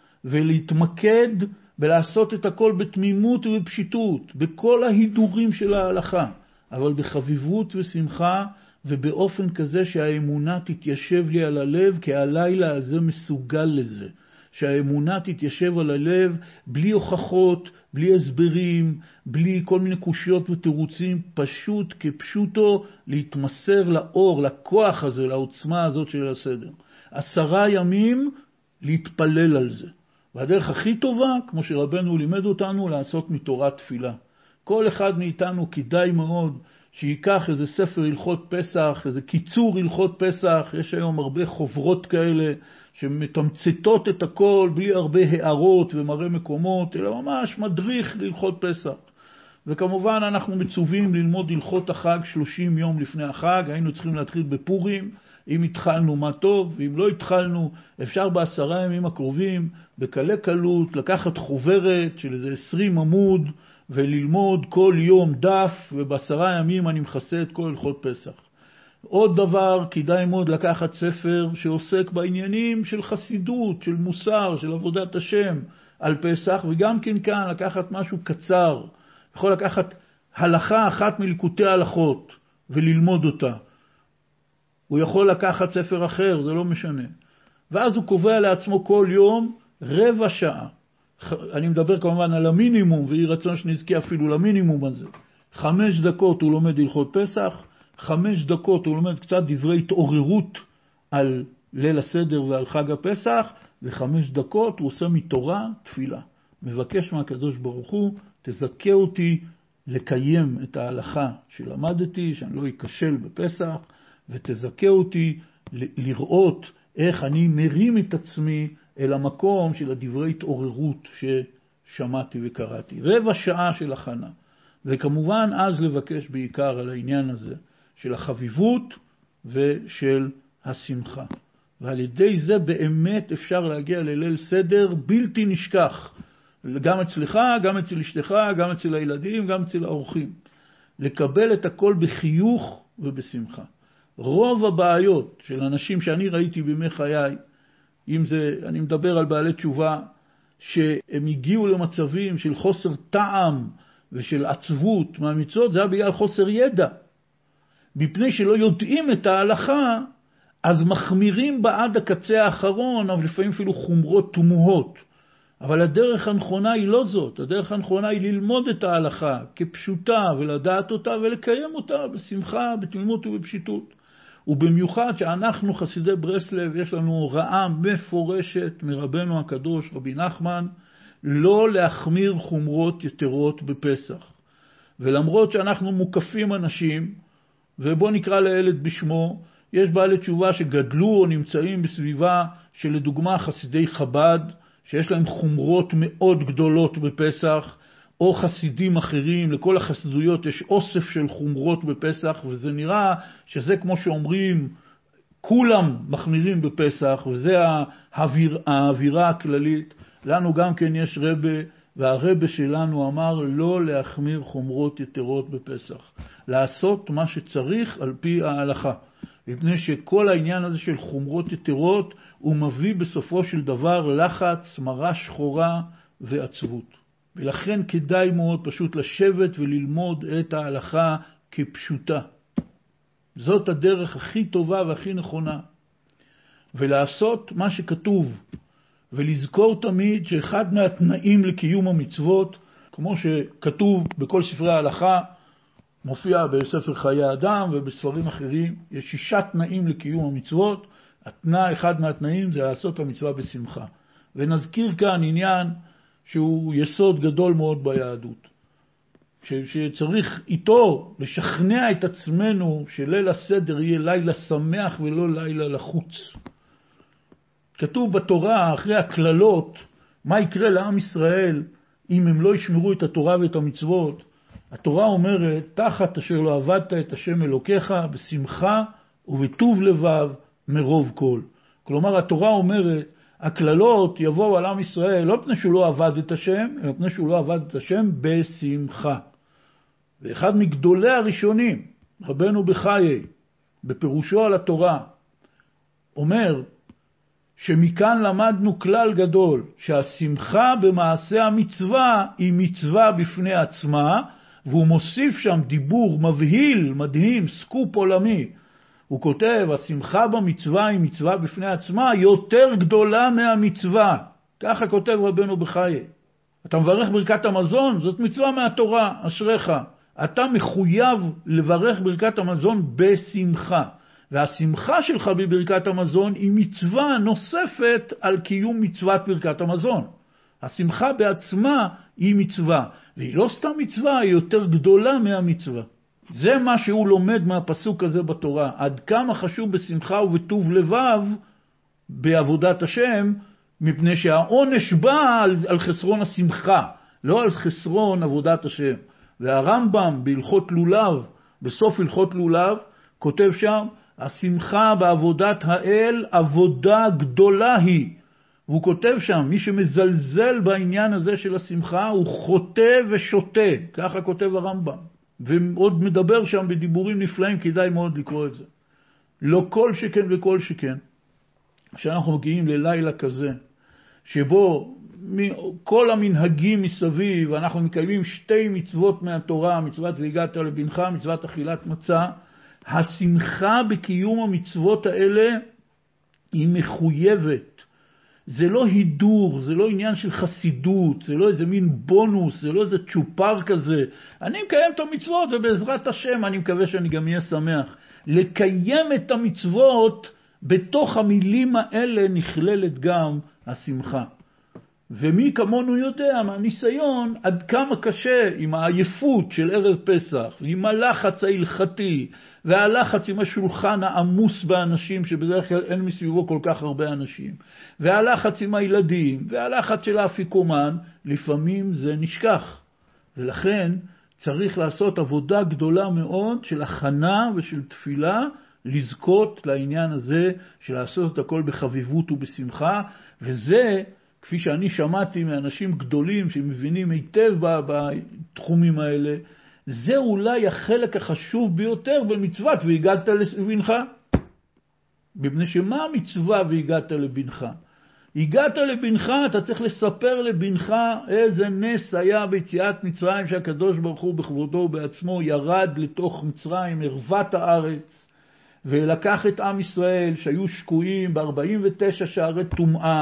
ולהתמקד ולעשות את הכל בתמימות ובפשיטות, בכל ההידורים של ההלכה, אבל בחביבות ושמחה, ובאופן כזה שהאמונה תתיישב לי על הלב, כי הלילה הזה מסוגל לזה. שהאמונה תתיישב על הלב בלי הוכחות, בלי הסברים, בלי כל מיני קושיות ותירוצים, פשוט כפשוטו להתמסר לאור, לכוח הזה, לעוצמה הזאת של הסדר. 10 ימים להתפלל על זה. והדרך הכי טובה, כמו שרבנו לימד אותנו, לעשות מתורת תפילה. כל אחד מאיתנו כדאי מאוד שיקח איזה ספר הלכות פסח, איזה קיצור הלכות פסח, יש היום הרבה חוברות כאלה שמתמצתות את הכל בלי הרבה הערות ומראה מקומות, אלא ממש מדריך להלכות פסח. וכמובן אנחנו מצווים ללמוד הלכות החג 30 יום לפני החג, היינו צריכים להתחיל בפורים, אם התחלנו מה טוב, ואם לא התחלנו, אפשר ב10 ימים הקרובים, בקלי קלות, לקחת חוברת של איזה 20 עמוד, וללמוד כל יום דף, וב10 ימים אני מכסה את כל הלכות פסח. עוד דבר, כדאי מאוד לקחת ספר שעוסק בעניינים של חסידות, של מוסר, של עבודת השם על פסח, וגם כאן לקחת משהו קצר. יכול לקחת הלכה אחת מליקוטי ההלכות וללמוד אותה. הוא יכול לקחת ספר אחר, זה לא משנה. ואז הוא קובע לעצמו כל יום 15 שעה. אני מדבר כמובן על המינימום, ויהי רצון שנזכה אפילו למינימום הזה. 5 דקות הוא לומד הלכות פסח, 5 דקות הוא לומד קצת דברי התעוררות על ליל הסדר ועל חג הפסח, ו5 דקות הוא עושה מתורה תפילה. מבקש מהקדוש ברוך הוא, תזכה אותי לקיים את ההלכה שלמדתי, שאני לא אכשל בפסח, ותזכה אותי לראות איך אני מרים את עצמי אל המקום של הדברי התעוררות ששמעתי וקראתי. 15 שעה של הכנה. וכמובן אז לבקש בעיקר על העניין הזה של החביבות ושל השמחה. ועל ידי זה באמת אפשר להגיע לליל סדר בלתי נשכח. גם אצלך, גם אצל אשתך, גם אצל הילדים, גם אצל האורחים. לקבל את הכל בחיוך ובשמחה. רוב הבעיות של אנשים שאני ראיתי בימי חיי, אם זה, אני מדבר על בעלי תשובה, שהם הגיעו למצבים של חוסר טעם ושל עצבות מהמצוות, זה היה בגלל חוסר ידע. מפני שלא יודעים את ההלכה, אז מחמירים בעד הקצה האחרון, אבל לפעמים אפילו חומרות תמוהות. אבל הדרך הנכונה היא לא זאת. הדרך הנכונה היא ללמוד את ההלכה כפשוטה ולדעת אותה ולקיים אותה בשמחה, בתמימות ובפשיטות. ובמיוחד שאנחנו חסידי ברסלב יש לנו הוראה מפורשת מרבנו הקדוש רבי נחמן לא להחמיר חומרות יתרות בפסח. ולמרות שאנחנו מוקפים אנשים, ובוא נקרא לילד בשמו, יש בעלי תשובה שגדלו או נמצאים בסביבה שלדוגמה חסידי חב"ד, שיש להם חומרות מאוד גדולות בפסח, או חסידים אחרים, לכל החסידויות יש אוסף של חומרות בפסח, וזה נראה שזה כמו שאומרים, כולם מחמירים בפסח, וזה האווירה הכללית. לנו גם כן יש רבה, והרבה שלנו אמר לא להחמיר חומרות יתרות בפסח. לעשות מה שצריך על פי ההלכה. מפני שכל העניין הזה של חומרות יתרות, הוא מביא בסופו של דבר לחץ, מרה שחורה ועצבות. ולכן כדאי מאוד פשוט לשבת וללמוד את ההלכה כפשוטה. זאת הדרך הכי טובה והכי נכונה. ולעשות מה שכתוב. ולזכור תמיד שאחד מהתנאים לקיום המצוות, כמו שכתוב בכל ספרי ההלכה, מופיע בספר חיי אדם ובספרים אחרים, יש 6 תנאים לקיום המצוות. אחד מהתנאים זה לעשות המצווה בשמחה. ונזכיר כאן עניין שהוא יסוד גדול מאוד ביהדות. שצריך איתו לשכנע את עצמנו שליל הסדר יהיה לילה שמח ולא לילה לחוץ. כתוב בתורה אחרי הכללות, מה יקרה לעם ישראל אם הם לא ישמרו את התורה ואת המצוות. התורה אומרת, תחת אשר לא עבדת את השם אלוקיך בשמחה ובטוב לבב מרוב כל. כלומר התורה אומרת, הכללות יבואו על עם ישראל לא מפני שהוא לא עבד את השם, אלא מפני שהוא לא עבד את השם בשמחה. ואחד מגדולי הראשונים, רבנו בחיי, בפירושו על התורה, אומר שמכאן למדנו כלל גדול, שהשמחה במעשה המצווה היא מצווה בפני עצמה, והוא מוסיף שם דיבור מבהיל, מדהים, סקופ עולמי. הוא כותב, השמחה במצווה היא מצווה בפני עצמה, יותר גדולה מהמצווה. ככה כותב רבנו בחיי. אתה מברך ברכת המזון, זאת מצווה מהתורה, אשריך. אתה מחויב לברך ברכת המזון בשמחה. והשמחה שלך בברכת המזון היא מצווה נוספת על קיום מצוות ברכת המזון. השמחה בעצמה היא מצווה, והיא לא סתם מצווה, היא יותר גדולה מהמצווה. זה מה שהוא לומד מהפסוק הזה בתורה, עד כמה חשוב בשמחה ובטוב לבב בעבודת השם, מפני שהעונש בא על חסרון השמחה, לא על חסרון עבודת השם. והרמב"ם בהלכות לולב, בסוף הלכות לולב, כותב שם, השמחה בעבודת האל עבודה גדולה היא. והוא כותב שם, מי שמזלזל בעניין הזה של השמחה, הוא חוטא ושוטה. ככה כותב הרמב"ם. ועוד מדבר שם בדיבורים נפלאים, כדאי מאוד לקרוא את זה. לא כל שכן וכל שכן. כשאנחנו מגיעים ללילה כזה, שבו כל המנהגים מסביב, אנחנו מקיימים 2 מצוות מהתורה, מצוות והגעת לבנך, מצוות אכילת מצה, השמחה בקיום המצוות האלה היא מחויבת. זה לא הידור, זה לא עניין של חסידות, זה לא איזה מין בונוס, זה לא איזה צ'ופר כזה. אני מקיים את המצוות ובעזרת השם אני מקווה שאני גם אהיה שמח. לקיים את המצוות, בתוך המילים האלה נכללת גם השמחה. ומי כמונו יודע מהניסיון עד כמה קשה עם העייפות של ערב פסח, עם הלחץ ההלכתי, והלחץ עם השולחן העמוס באנשים שבדרך כלל אין מסביבו כל כך הרבה אנשים, והלחץ עם הילדים, והלחץ של האפיקומן, לפעמים זה נשכח. ולכן צריך לעשות עבודה גדולה מאוד של הכנה ושל תפילה, לזכות לעניין הזה של לעשות את הכל בחביבות ובשמחה, וזה כפי שאני שמעתי מאנשים גדולים שמבינים היטב בתחומים האלה, זה אולי החלק החשוב ביותר במצוות והגעת לבנך. מפני שמה המצווה והגעת לבנך? הגעת לבנך, אתה צריך לספר לבנך איזה נס היה ביציאת מצרים, שהקדוש ברוך הוא בכבודו בעצמו ירד לתוך מצרים, ערוות הארץ, ולקח את עם ישראל שהיו שקועים ב-49 שערי טומאה,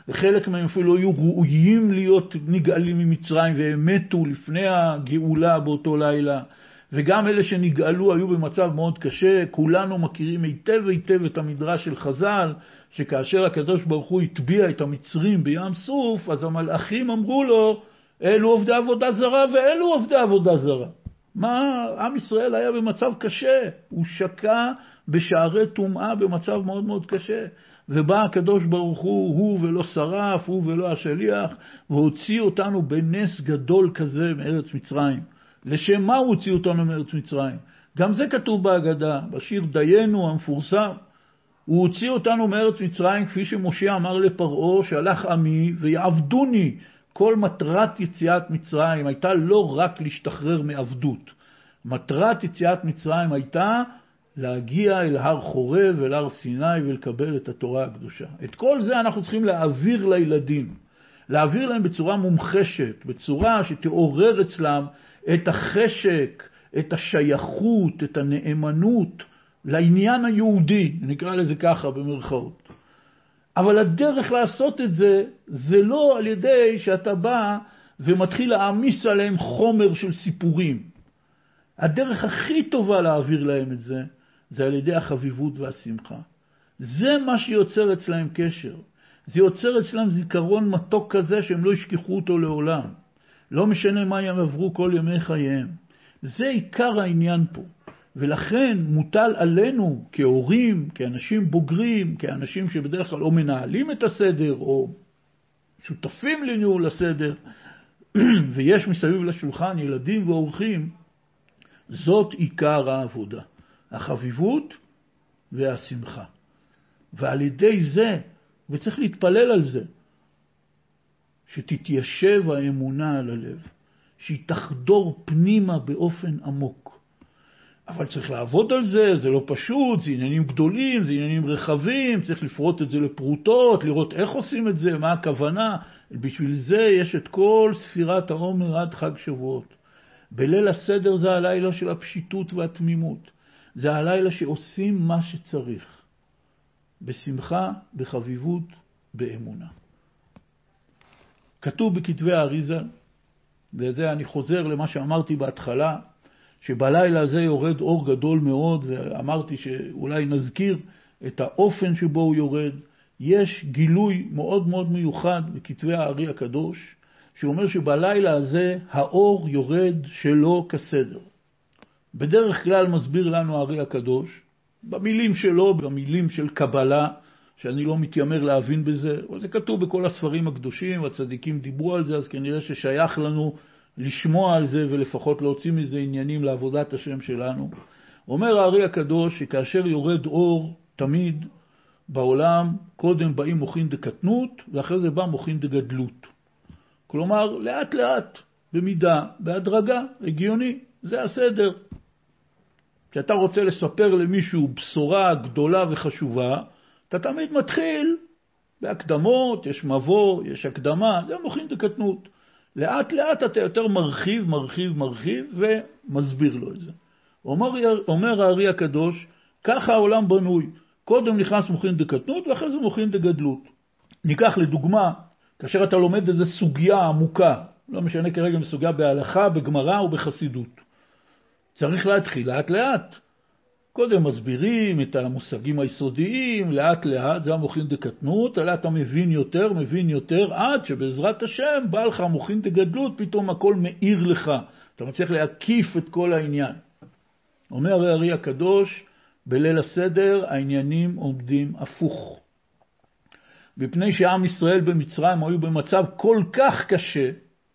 וחלק מהם אפילו היו ראויים להיות נגאלים ממצרים, והם מתו לפני הגאולה באותו לילה. וגם אלה שנגאלו היו במצב מאוד קשה. כולנו מכירים היטב היטב את המדרש של חז"ל, שכאשר הקדוש ברוך הוא הטביע את המצרים בים סוף, אז המלאכים אמרו לו, אלו עובדי עבודה זרה ואלו עובדי עבודה זרה. מה? עם ישראל היה במצב קשה, הוא שקע בשערי טומאה במצב מאוד מאוד קשה. ובא הקדוש ברוך הוא ולא שרף, הוא ולא השליח, והוציא אותנו בנס גדול כזה מארץ מצרים. לשם מה הוא הוציא אותנו מארץ מצרים? גם זה כתוב בהגדה, בשיר דיינו המפורסם. הוא הוציא אותנו מארץ מצרים, כפי שמשה אמר לפרעה, שהלך עמי ויעבדוני. כל מטרת יציאת מצרים הייתה לא רק להשתחרר מעבדות. מטרת יציאת מצרים הייתה להגיע אל הר חורב, אל הר סיני, ולקבל את התורה הקדושה. את כל זה אנחנו צריכים להעביר לילדים. להעביר להם בצורה מומחשת, בצורה שתעורר אצלם את החשק, את השייכות, את הנאמנות לעניין היהודי, נקרא לזה ככה במרכאות. אבל הדרך לעשות את זה, זה לא על ידי שאתה בא ומתחיל להעמיס עליהם חומר של סיפורים. הדרך הכי טובה להעביר להם את זה, זה על ידי החביבות והשמחה. זה מה שיוצר אצלהם קשר. זה יוצר אצלם זיכרון מתוק כזה שהם לא ישכחו אותו לעולם. לא משנה מה הם עברו כל ימי חייהם. זה עיקר העניין פה. ולכן מוטל עלינו כהורים, כאנשים בוגרים, כאנשים שבדרך כלל או מנהלים את הסדר או שותפים לניהול הסדר, ויש מסביב לשולחן ילדים ואורחים, זאת עיקר העבודה. החביבות והשמחה. ועל ידי זה, וצריך להתפלל על זה, שתתיישב האמונה על הלב, שהיא תחדור פנימה באופן עמוק. אבל צריך לעבוד על זה, זה לא פשוט, זה עניינים גדולים, זה עניינים רחבים, צריך לפרוט את זה לפרוטות, לראות איך עושים את זה, מה הכוונה. בשביל זה יש את כל ספירת העומר עד חג שבועות. בליל הסדר זה הלילה של הפשיטות והתמימות. זה הלילה שעושים מה שצריך. בשמחה, בחביבות, באמונה. כתוב בכתבי האריז"ל, וזה אני חוזר למה שאמרתי בהתחלה, שבלילה הזה יורד אור גדול מאוד, ואמרתי שאולי נזכיר את האופן שבו הוא יורד. יש גילוי מאוד מאוד מיוחד בכתבי הארי הקדוש, שאומר שבלילה הזה האור יורד שלא כסדר. בדרך כלל מסביר לנו הארי הקדוש, במילים שלו, במילים של קבלה, שאני לא מתיימר להבין בזה, אבל זה כתוב בכל הספרים הקדושים, והצדיקים דיברו על זה, אז כנראה ששייך לנו לשמוע על זה ולפחות להוציא מזה עניינים לעבודת השם שלנו. אומר הארי הקדוש שכאשר יורד אור תמיד בעולם, קודם באים מוחין דקטנות ואחרי זה בא מוחין דגדלות. כלומר, לאט לאט, במידה, בהדרגה, הגיוני, זה הסדר. כשאתה רוצה לספר למישהו בשורה גדולה וחשובה, אתה תמיד מתחיל בהקדמות, יש מבוא, יש הקדמה, זה מוחין דקטנות. לאט לאט אתה יותר מרחיב ומסביר לו את זה. אומר הארי הקדוש, ככה העולם בנוי. קודם נכנס מוחין דקטנות ואחרי זה מוחין דגדלות. ניקח לדוגמה, כאשר אתה לומד איזו סוגיה עמוקה, לא משנה כרגע מסוגיה בהלכה, בגמרא או בחסידות. צריך להתחיל לאט לאט. קודם מסבירים את המושגים היסודיים, לאט לאט, זה המוחין דקטנות, אלא אתה מבין יותר, עד שבעזרת השם בא לך מוחין דגדלות, פתאום הכל מאיר לך. אתה מצליח להקיף את כל העניין. אומר הארי הקדוש, בליל הסדר העניינים עומדים הפוך. מפני שעם ישראל במצרים היו במצב כל כך קשה,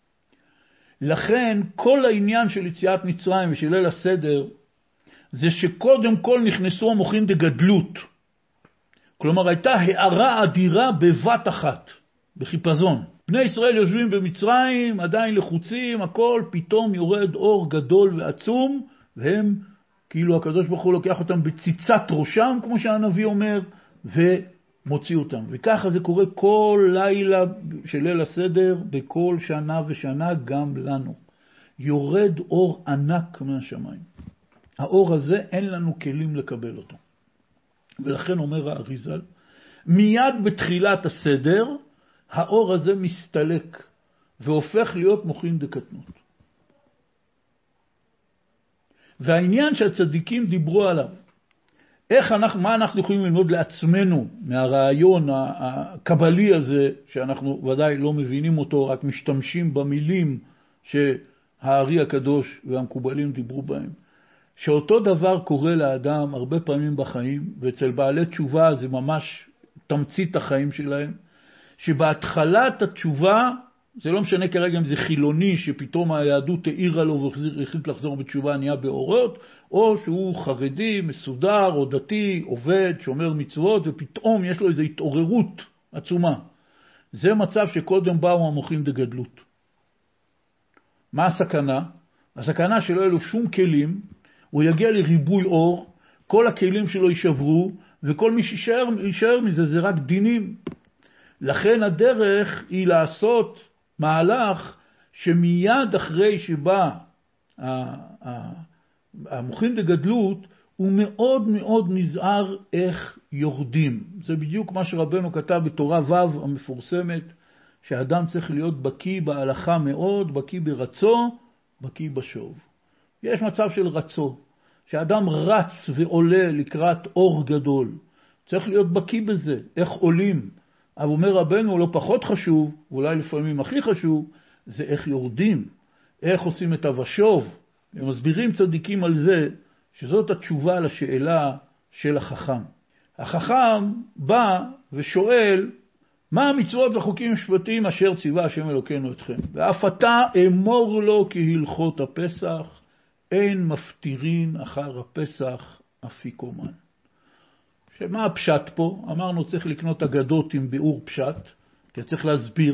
לכן כל העניין של יציאת מצרים ושל ליל הסדר, זה שקודם כל נכנסו המוחין דגדלות. כלומר הייתה הערה אדירה בבת אחת, בחיפזון. בני ישראל יושבים במצרים, עדיין לחוצים, הכל, פתאום יורד אור גדול ועצום, והם כאילו הקדוש ברוך הוא לוקח אותם בציצת ראשם, כמו שהנביא אומר, ומוציא אותם. וככה זה קורה כל לילה של ליל הסדר, בכל שנה ושנה גם לנו. יורד אור ענק מהשמיים. האור הזה אין לנו כלים לקבל אותו. ולכן אומר האריז"ל, מיד בתחילת הסדר, האור הזה מסתלק והופך להיות מוחין דקטנות. והעניין שהצדיקים דיברו עליו, מה אנחנו יכולים ללמוד לעצמנו מהרעיון הקבלי הזה, שאנחנו ודאי לא מבינים אותו, רק משתמשים במילים שהארי הקדוש והמקובלים דיברו בהם. שאותו דבר קורה לאדם הרבה פעמים בחיים, ואצל בעלי תשובה זה ממש תמצית החיים שלהם, שבהתחלת התשובה, זה לא משנה כרגע אם זה חילוני שפתאום היהדות העירה לו והחליט לחזור בתשובה, נהיה באורות, או שהוא חרדי, מסודר, או דתי, עובד, שומר מצוות, ופתאום יש לו איזו התעוררות עצומה. זה מצב שקודם באו המוחין דגדלות. מה הסכנה? הסכנה שלא יהיו לו שום כלים, הוא יגיע לריבוי אור, כל הכלים שלו יישברו, וכל מי שישאר מזה זה רק דינים. לכן הדרך היא לעשות מהלך שמיד אחרי שבא המוחין דגדלות, הוא מאוד מאוד נזהר איך יורדים. זה בדיוק מה שרבנו כתב בתורה ו' המפורסמת, שהאדם צריך להיות בקי בהלכה מאוד, בקי ברצו, בקי בשוב. יש מצב של רצו, שהאדם רץ ועולה לקראת אור גדול. צריך להיות בקי בזה, איך עולים. אבל אומר רבנו, לא פחות חשוב, ואולי לפעמים הכי חשוב, זה איך יורדים, איך עושים את הוושוב. הם מסבירים צדיקים על זה, שזאת התשובה לשאלה של החכם. החכם בא ושואל, מה המצוות וחוקים משפטיים אשר ציווה השם אלוקינו אתכם? ואף אתה אמור לו כהלכות הפסח, אין מפטירין אחר הפסח אפיקומן. שמה הפשט פה? אמרנו צריך לקנות אגדות עם ביאור פשט, כי צריך להסביר.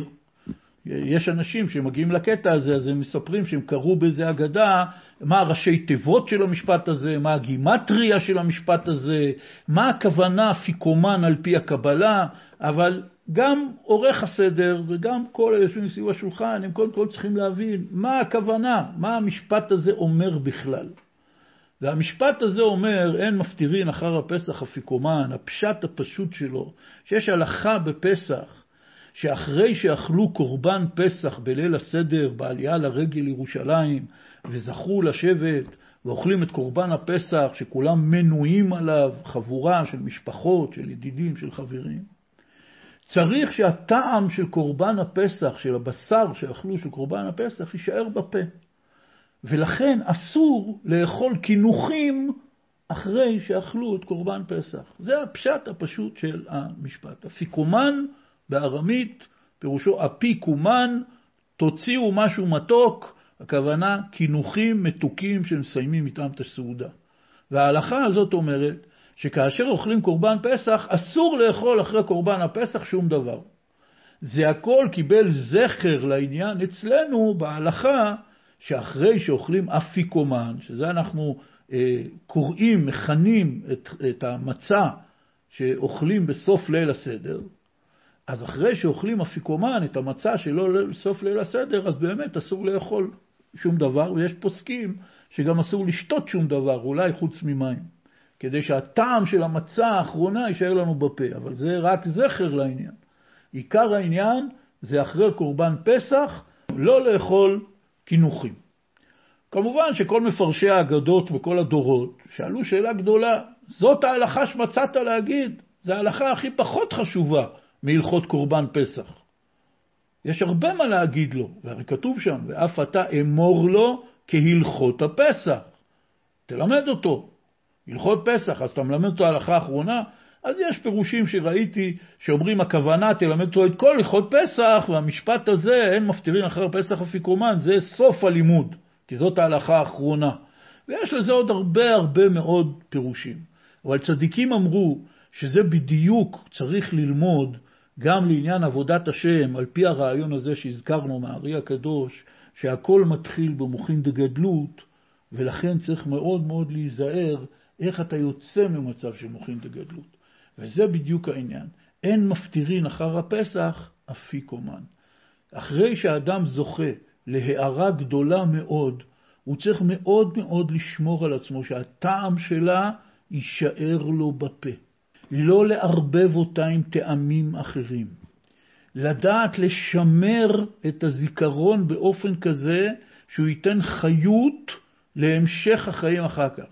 יש אנשים שמגיעים לקטע הזה, אז הם מספרים שהם קראו באיזה אגדה, מה הראשי תיבות של המשפט הזה, מה הגימטריה של המשפט הזה, מה הכוונה אפיקומן על פי הקבלה, אבל גם עורך הסדר וגם כל היושבים סביב השולחן, הם קודם כל צריכים להבין מה הכוונה, מה המשפט הזה אומר בכלל. והמשפט הזה אומר, אין מפטירין אחר הפסח אפיקומן, הפשט הפשוט שלו, שיש הלכה בפסח, שאחרי שאכלו קורבן פסח בליל הסדר, בעלייה לרגל ירושלים, וזכו לשבת ואוכלים את קורבן הפסח, שכולם מנויים עליו, חבורה של משפחות, של ידידים, של חברים. צריך שהטעם של קורבן הפסח, של הבשר שאכלו של קורבן הפסח, יישאר בפה. ולכן אסור לאכול קינוחים אחרי שאכלו את קורבן פסח. זה הפשט הפשוט של המשפט. אפיקומן בארמית, פירושו אפיקומן, תוציאו משהו מתוק, הכוונה קינוחים מתוקים שמסיימים איתם את הסעודה. וההלכה הזאת אומרת שכאשר אוכלים קורבן פסח, אסור לאכול אחרי קורבן הפסח שום דבר. זה הכל קיבל זכר לעניין אצלנו בהלכה, שאחרי שאוכלים אפיקומן, שזה אנחנו קוראים, מכנים את המצה שאוכלים בסוף ליל הסדר, אז אחרי שאוכלים אפיקומן, את המצה שלא בסוף ליל הסדר, אז באמת אסור לאכול שום דבר, ויש פוסקים שגם אסור לשתות שום דבר, אולי חוץ ממים, כדי שהטעם של המצה האחרונה יישאר לנו בפה, אבל זה רק זכר לעניין. עיקר העניין זה אחרי קורבן פסח, לא לאכול קינוחים. כמובן שכל מפרשי האגדות וכל הדורות שאלו שאלה גדולה, זאת ההלכה שמצאת להגיד, זה ההלכה הכי פחות חשובה מהלכות קורבן פסח. יש הרבה מה להגיד לו, והרי כתוב שם, ואף אתה אמור לו כהלכות הפסח. תלמד אותו, הלכות פסח, אז אתה מלמד אותו ההלכה האחרונה, אז יש פירושים שראיתי שאומרים הכוונה תלמד אותו את כל הלכות פסח, והמשפט הזה אין מפטירין אחר פסח אפיקומן, זה סוף הלימוד, כי זאת ההלכה האחרונה. ויש לזה עוד הרבה מאוד פירושים. אבל צדיקים אמרו שזה בדיוק צריך ללמוד גם לעניין עבודת השם, על פי הרעיון הזה שהזכרנו מהארי הקדוש, שהכל מתחיל במוחין דגדלות, ולכן צריך מאוד מאוד להיזהר איך אתה יוצא ממצב של מוחין דגדלות. וזה בדיוק העניין. אין מפטירין אחר הפסח אפיקומן. אחרי שהאדם זוכה להארה גדולה מאוד, הוא צריך מאוד מאוד לשמור על עצמו שהטעם שלה יישאר לו בפה. לא לערבב אותה עם טעמים אחרים. לדעת לשמר את הזיכרון באופן כזה שהוא ייתן חיות להמשך החיים אחר כך.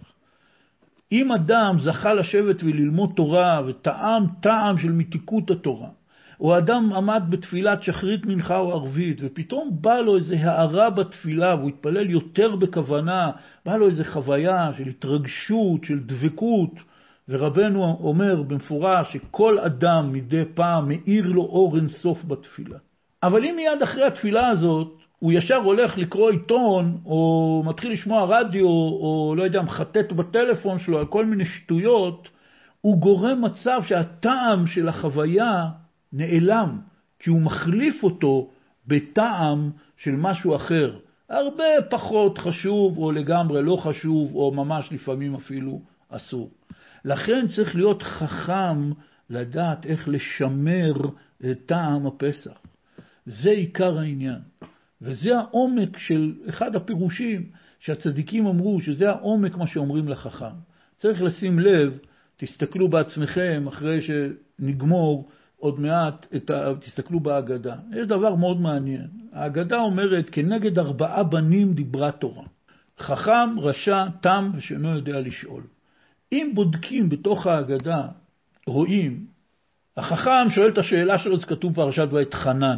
אם אדם זכה לשבת וללמוד תורה וטעם טעם של מתיקות התורה, או אדם עמד בתפילת שחרית מנחה או ערבית, ופתאום בא לו איזו הערה בתפילה, והוא התפלל יותר בכוונה, בא לו איזו חוויה של התרגשות, של דבקות, ורבנו אומר במפורש שכל אדם מדי פעם מאיר לו אור אינסוף בתפילה. אבל אם מיד אחרי התפילה הזאת, הוא ישר הולך לקרוא עיתון, או מתחיל לשמוע רדיו, או לא יודע, מחטט בטלפון שלו על כל מיני שטויות, הוא גורם מצב שהטעם של החוויה נעלם, כי הוא מחליף אותו בטעם של משהו אחר, הרבה פחות חשוב, או לגמרי לא חשוב, או ממש לפעמים אפילו אסור. לכן צריך להיות חכם לדעת איך לשמר את טעם הפסח. זה עיקר העניין. וזה העומק של אחד הפירושים שהצדיקים אמרו, שזה העומק מה שאומרים לחכם. צריך לשים לב, תסתכלו בעצמכם אחרי שנגמור עוד מעט, תסתכלו בהגדה. יש דבר מאוד מעניין. ההגדה אומרת, כנגד 4 בנים דיברה תורה. חכם, רשע, תם ושאינו יודע לשאול. אם בודקים בתוך ההגדה, רואים, החכם שואל את השאלה שלו, זה כתוב פרשת ואתחנן.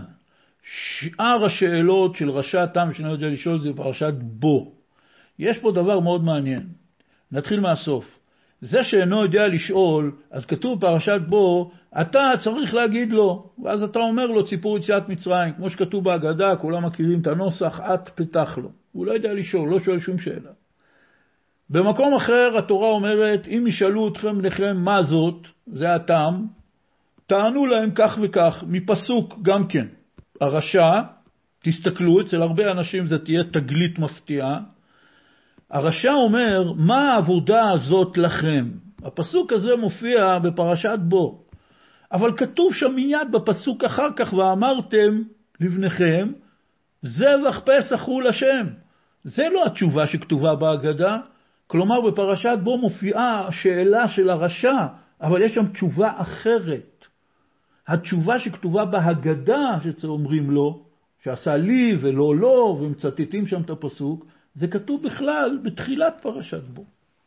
שאר השאלות של רשע, תם ושאינו יודע לשאול זה פרשת בו. יש פה דבר מאוד מעניין. נתחיל מהסוף. זה שאינו יודע לשאול, אז כתוב פרשת בו, אתה צריך להגיד לו, ואז אתה אומר לו ציפור יציאת מצרים, כמו שכתוב בהגדה, כולם מכירים את הנוסח, את פתח לו. הוא לא יודע לשאול, לא שואל שום שאלה. במקום אחר התורה אומרת, אם ישאלו אתכם בניכם מה זאת, זה הטעם, תענו להם כך וכך, מפסוק גם כן. הרשע, תסתכלו, אצל הרבה אנשים זה תהיה תגלית מפתיעה, הרשע אומר, מה העבודה הזאת לכם? הפסוק הזה מופיע בפרשת בו, אבל כתוב שם מיד בפסוק אחר כך, ואמרתם לבניכם, זבח פסח הוא לשם. זה לא התשובה שכתובה בהגדה, כלומר בפרשת בו מופיעה השאלה של הרשע, אבל יש שם תשובה אחרת. התשובה שכתובה בהגדה שאומרים לו, שעשה לי ולא לו, ומצטטים שם את הפסוק, זה כתוב בכלל בתחילת פרשת בו.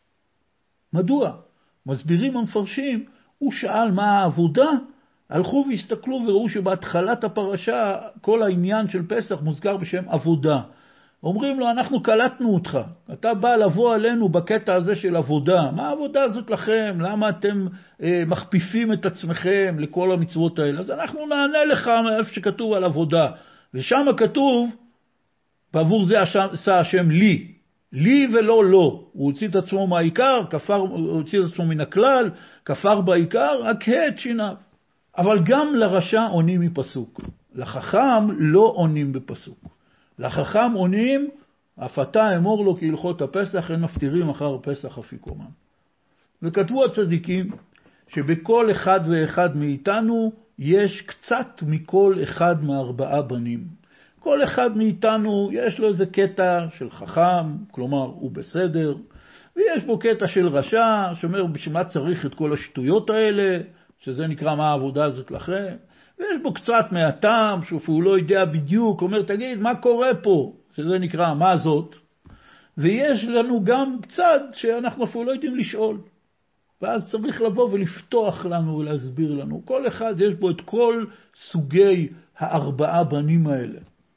מדוע? מסבירים המפרשים, הוא שאל מה העבודה, הלכו והסתכלו וראו שבהתחלת הפרשה כל העניין של פסח מוזכר בשם עבודה. אומרים לו, אנחנו קלטנו אותך, אתה בא לבוא עלינו בקטע הזה של עבודה. מה העבודה הזאת לכם? למה אתם מכפיפים את עצמכם לכל המצוות האלה? אז אנחנו נענה לך איפה שכתוב על עבודה. ושם כתוב, בעבור זה עשה השם לי. לי ולא לא. הוא הוציא את עצמו מהעיקר, הוא הוציא את עצמו מן הכלל, כפר בעיקר, הקהה את שיניו. אבל גם לרשע עונים מפסוק. לחכם לא עונים בפסוק. לחכם עונים, אף אתה אמור לו כהלכות הפסח, אין מפטירים אחר פסח אפיקומן. וכתבו הצדיקים שבכל אחד ואחד מאיתנו יש קצת מכל אחד מ4 בנים. כל אחד מאיתנו יש לו איזה קטע של חכם, כלומר הוא בסדר, ויש בו קטע של רשע, שאומר בשביל מה צריך את כל השטויות האלה, שזה נקרא מה העבודה הזאת לכם. ויש בו קצת מהטעם, שהוא לא יודע בדיוק, אומר תגיד מה קורה פה, שזה נקרא מה זאת. ויש לנו גם קצת שאנחנו אפילו לא יודעים לשאול. ואז צריך לבוא ולפתוח לנו ולהסביר לנו. כל אחד יש בו את כל סוגי 4 בנים האלה.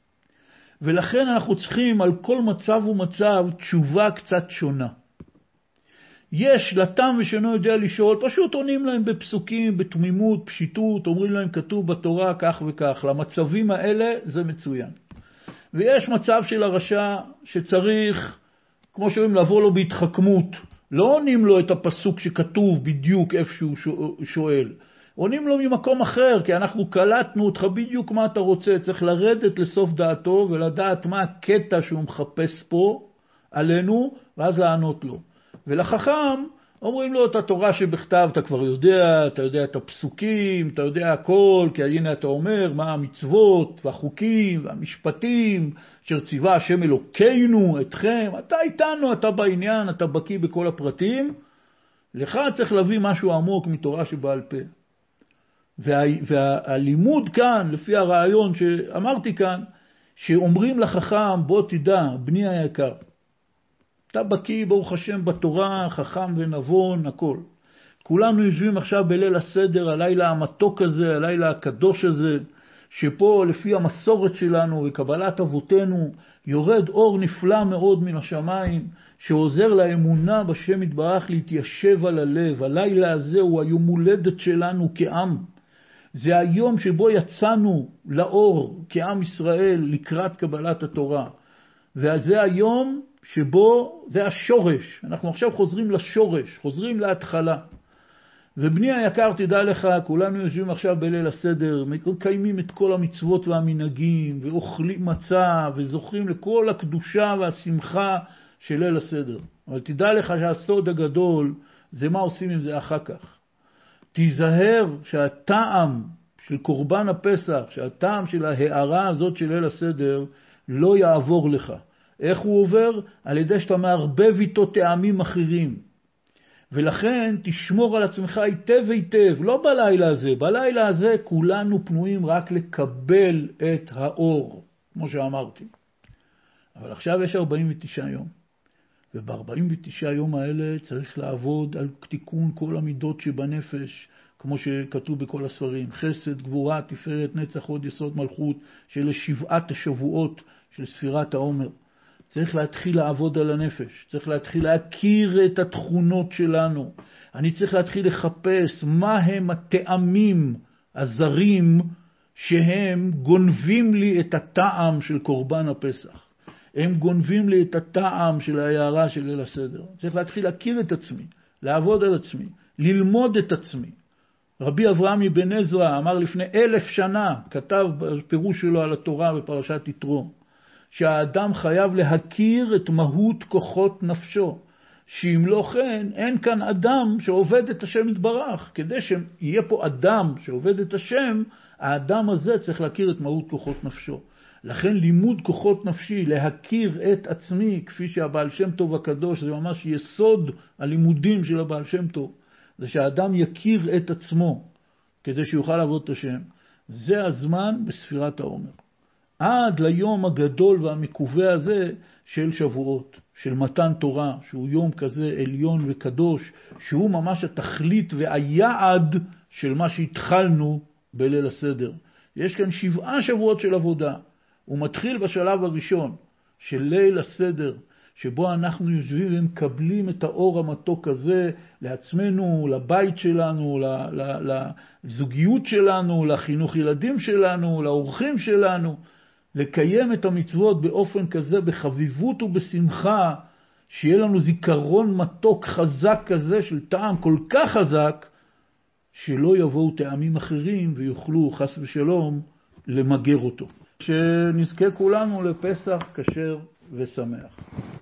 ולכן אנחנו צריכים על כל מצב ומצב תשובה קצת שונה. יש לתם ושאינו יודע לשאול, פשוט עונים להם בפסוקים, בתמימות, פשיטות, אומרים להם כתוב בתורה כך וכך. למצבים האלה זה מצוין. ויש מצב של הרשע שצריך, כמו שאומרים, לבוא לו בהתחכמות. לא עונים לו את הפסוק שכתוב בדיוק איפה שהוא שואל. עונים לו ממקום אחר, כי אנחנו קלטנו אותך בדיוק מה אתה רוצה. צריך לרדת לסוף דעתו ולדעת מה הקטע שהוא מחפש פה עלינו, ואז לענות לו. ולחכם אומרים לו את התורה שבכתב אתה כבר יודע, אתה יודע את הפסוקים, אתה יודע הכל, כי הנה אתה אומר מה המצוות והחוקים והמשפטים שרציבה השם אלוקינו אתכם, אתה איתנו, אתה בעניין, אתה בקיא בכל הפרטים, לך צריך להביא משהו עמוק מתורה שבעל פה. והלימוד כאן, לפי הרעיון שאמרתי כאן, שאומרים לחכם, בוא תדע, בני היקר, אתה בקיא ברוך השם בתורה, חכם ונבון, הכל. כולנו יושבים עכשיו בליל הסדר, הלילה המתוק הזה, הלילה הקדוש הזה, שפה לפי המסורת שלנו וקבלת אבותינו, יורד אור נפלא מאוד מן השמיים, שעוזר לאמונה בשם יתברך להתיישב על הלב. הלילה הזה הוא היום הולדת שלנו כעם. זה היום שבו יצאנו לאור כעם ישראל לקראת קבלת התורה. וזה היום שבו, זה השורש. אנחנו עכשיו חוזרים לשורש, חוזרים להתחלה. ובני היקר, תדע לך, כולנו יושבים עכשיו בליל הסדר, מקיימים את כל המצוות והמנהגים, ואוכלים מצה, וזוכרים לכל הקדושה והשמחה של ליל הסדר. אבל תדע לך שהסוד הגדול זה מה עושים עם זה אחר כך. תיזהר שהטעם של קורבן הפסח, שהטעם של ההערה הזאת של ליל הסדר, לא יעבור לך. איך הוא עובר? על ידי שאתה מערבב איתו טעמים אחרים. ולכן תשמור על עצמך היטב היטב, לא בלילה הזה. בלילה הזה כולנו פנויים רק לקבל את האור, כמו שאמרתי. אבל עכשיו יש 49 יום. וב-49 יום האלה צריך לעבוד על תיקון כל המידות שבנפש, כמו שכתוב בכל הספרים, חסד, גבורה, תפארת, נצח, הוד, יסוד, מלכות, של 7 השבועות של ספירת העומר. צריך להתחיל לעבוד על הנפש, צריך להתחיל להכיר את התכונות שלנו. אני צריך להתחיל לחפש מה הם הטעמים הזרים שהם גונבים לי את הטעם של קורבן הפסח. הם גונבים לי את הטעם של ההערה של ליל הסדר. צריך להתחיל להכיר את עצמי, לעבוד על עצמי, ללמוד את עצמי. רבי אברהם אבן עזרא אמר לפני 1000 שנה, כתב בפירוש שלו על התורה בפרשת יתרו, שהאדם חייב להכיר את מהות כוחות נפשו, שאם לא כן, אין כאן אדם שעובד את השם יתברך. כדי שיהיה פה אדם שעובד את השם, האדם הזה צריך להכיר את מהות כוחות נפשו. לכן לימוד כוחות נפשי, להכיר את עצמי, כפי שהבעל שם טוב הקדוש, זה ממש יסוד הלימודים של הבעל שם טוב, זה שהאדם יכיר את עצמו, כדי שיוכל לעבוד את השם. זה הזמן בספירת העומר. עד ליום הגדול והמקווה הזה של שבועות, של מתן תורה, שהוא יום כזה עליון וקדוש, שהוא ממש התכלית והיעד של מה שהתחלנו בליל הסדר. יש כאן 7 שבועות של עבודה. הוא מתחיל בשלב הראשון של ליל הסדר, שבו אנחנו יושבים ומקבלים את האור המתוק הזה לעצמנו, לבית שלנו, לזוגיות שלנו, לחינוך ילדים שלנו, לאורחים שלנו, לקיים את המצוות באופן כזה, בחביבות ובשמחה, שיהיה לנו זיכרון מתוק חזק כזה של טעם כל כך חזק, שלא יבואו טעמים אחרים ויוכלו חס ושלום למגר אותו. שנזכה כולנו לפסח כשר ושמח.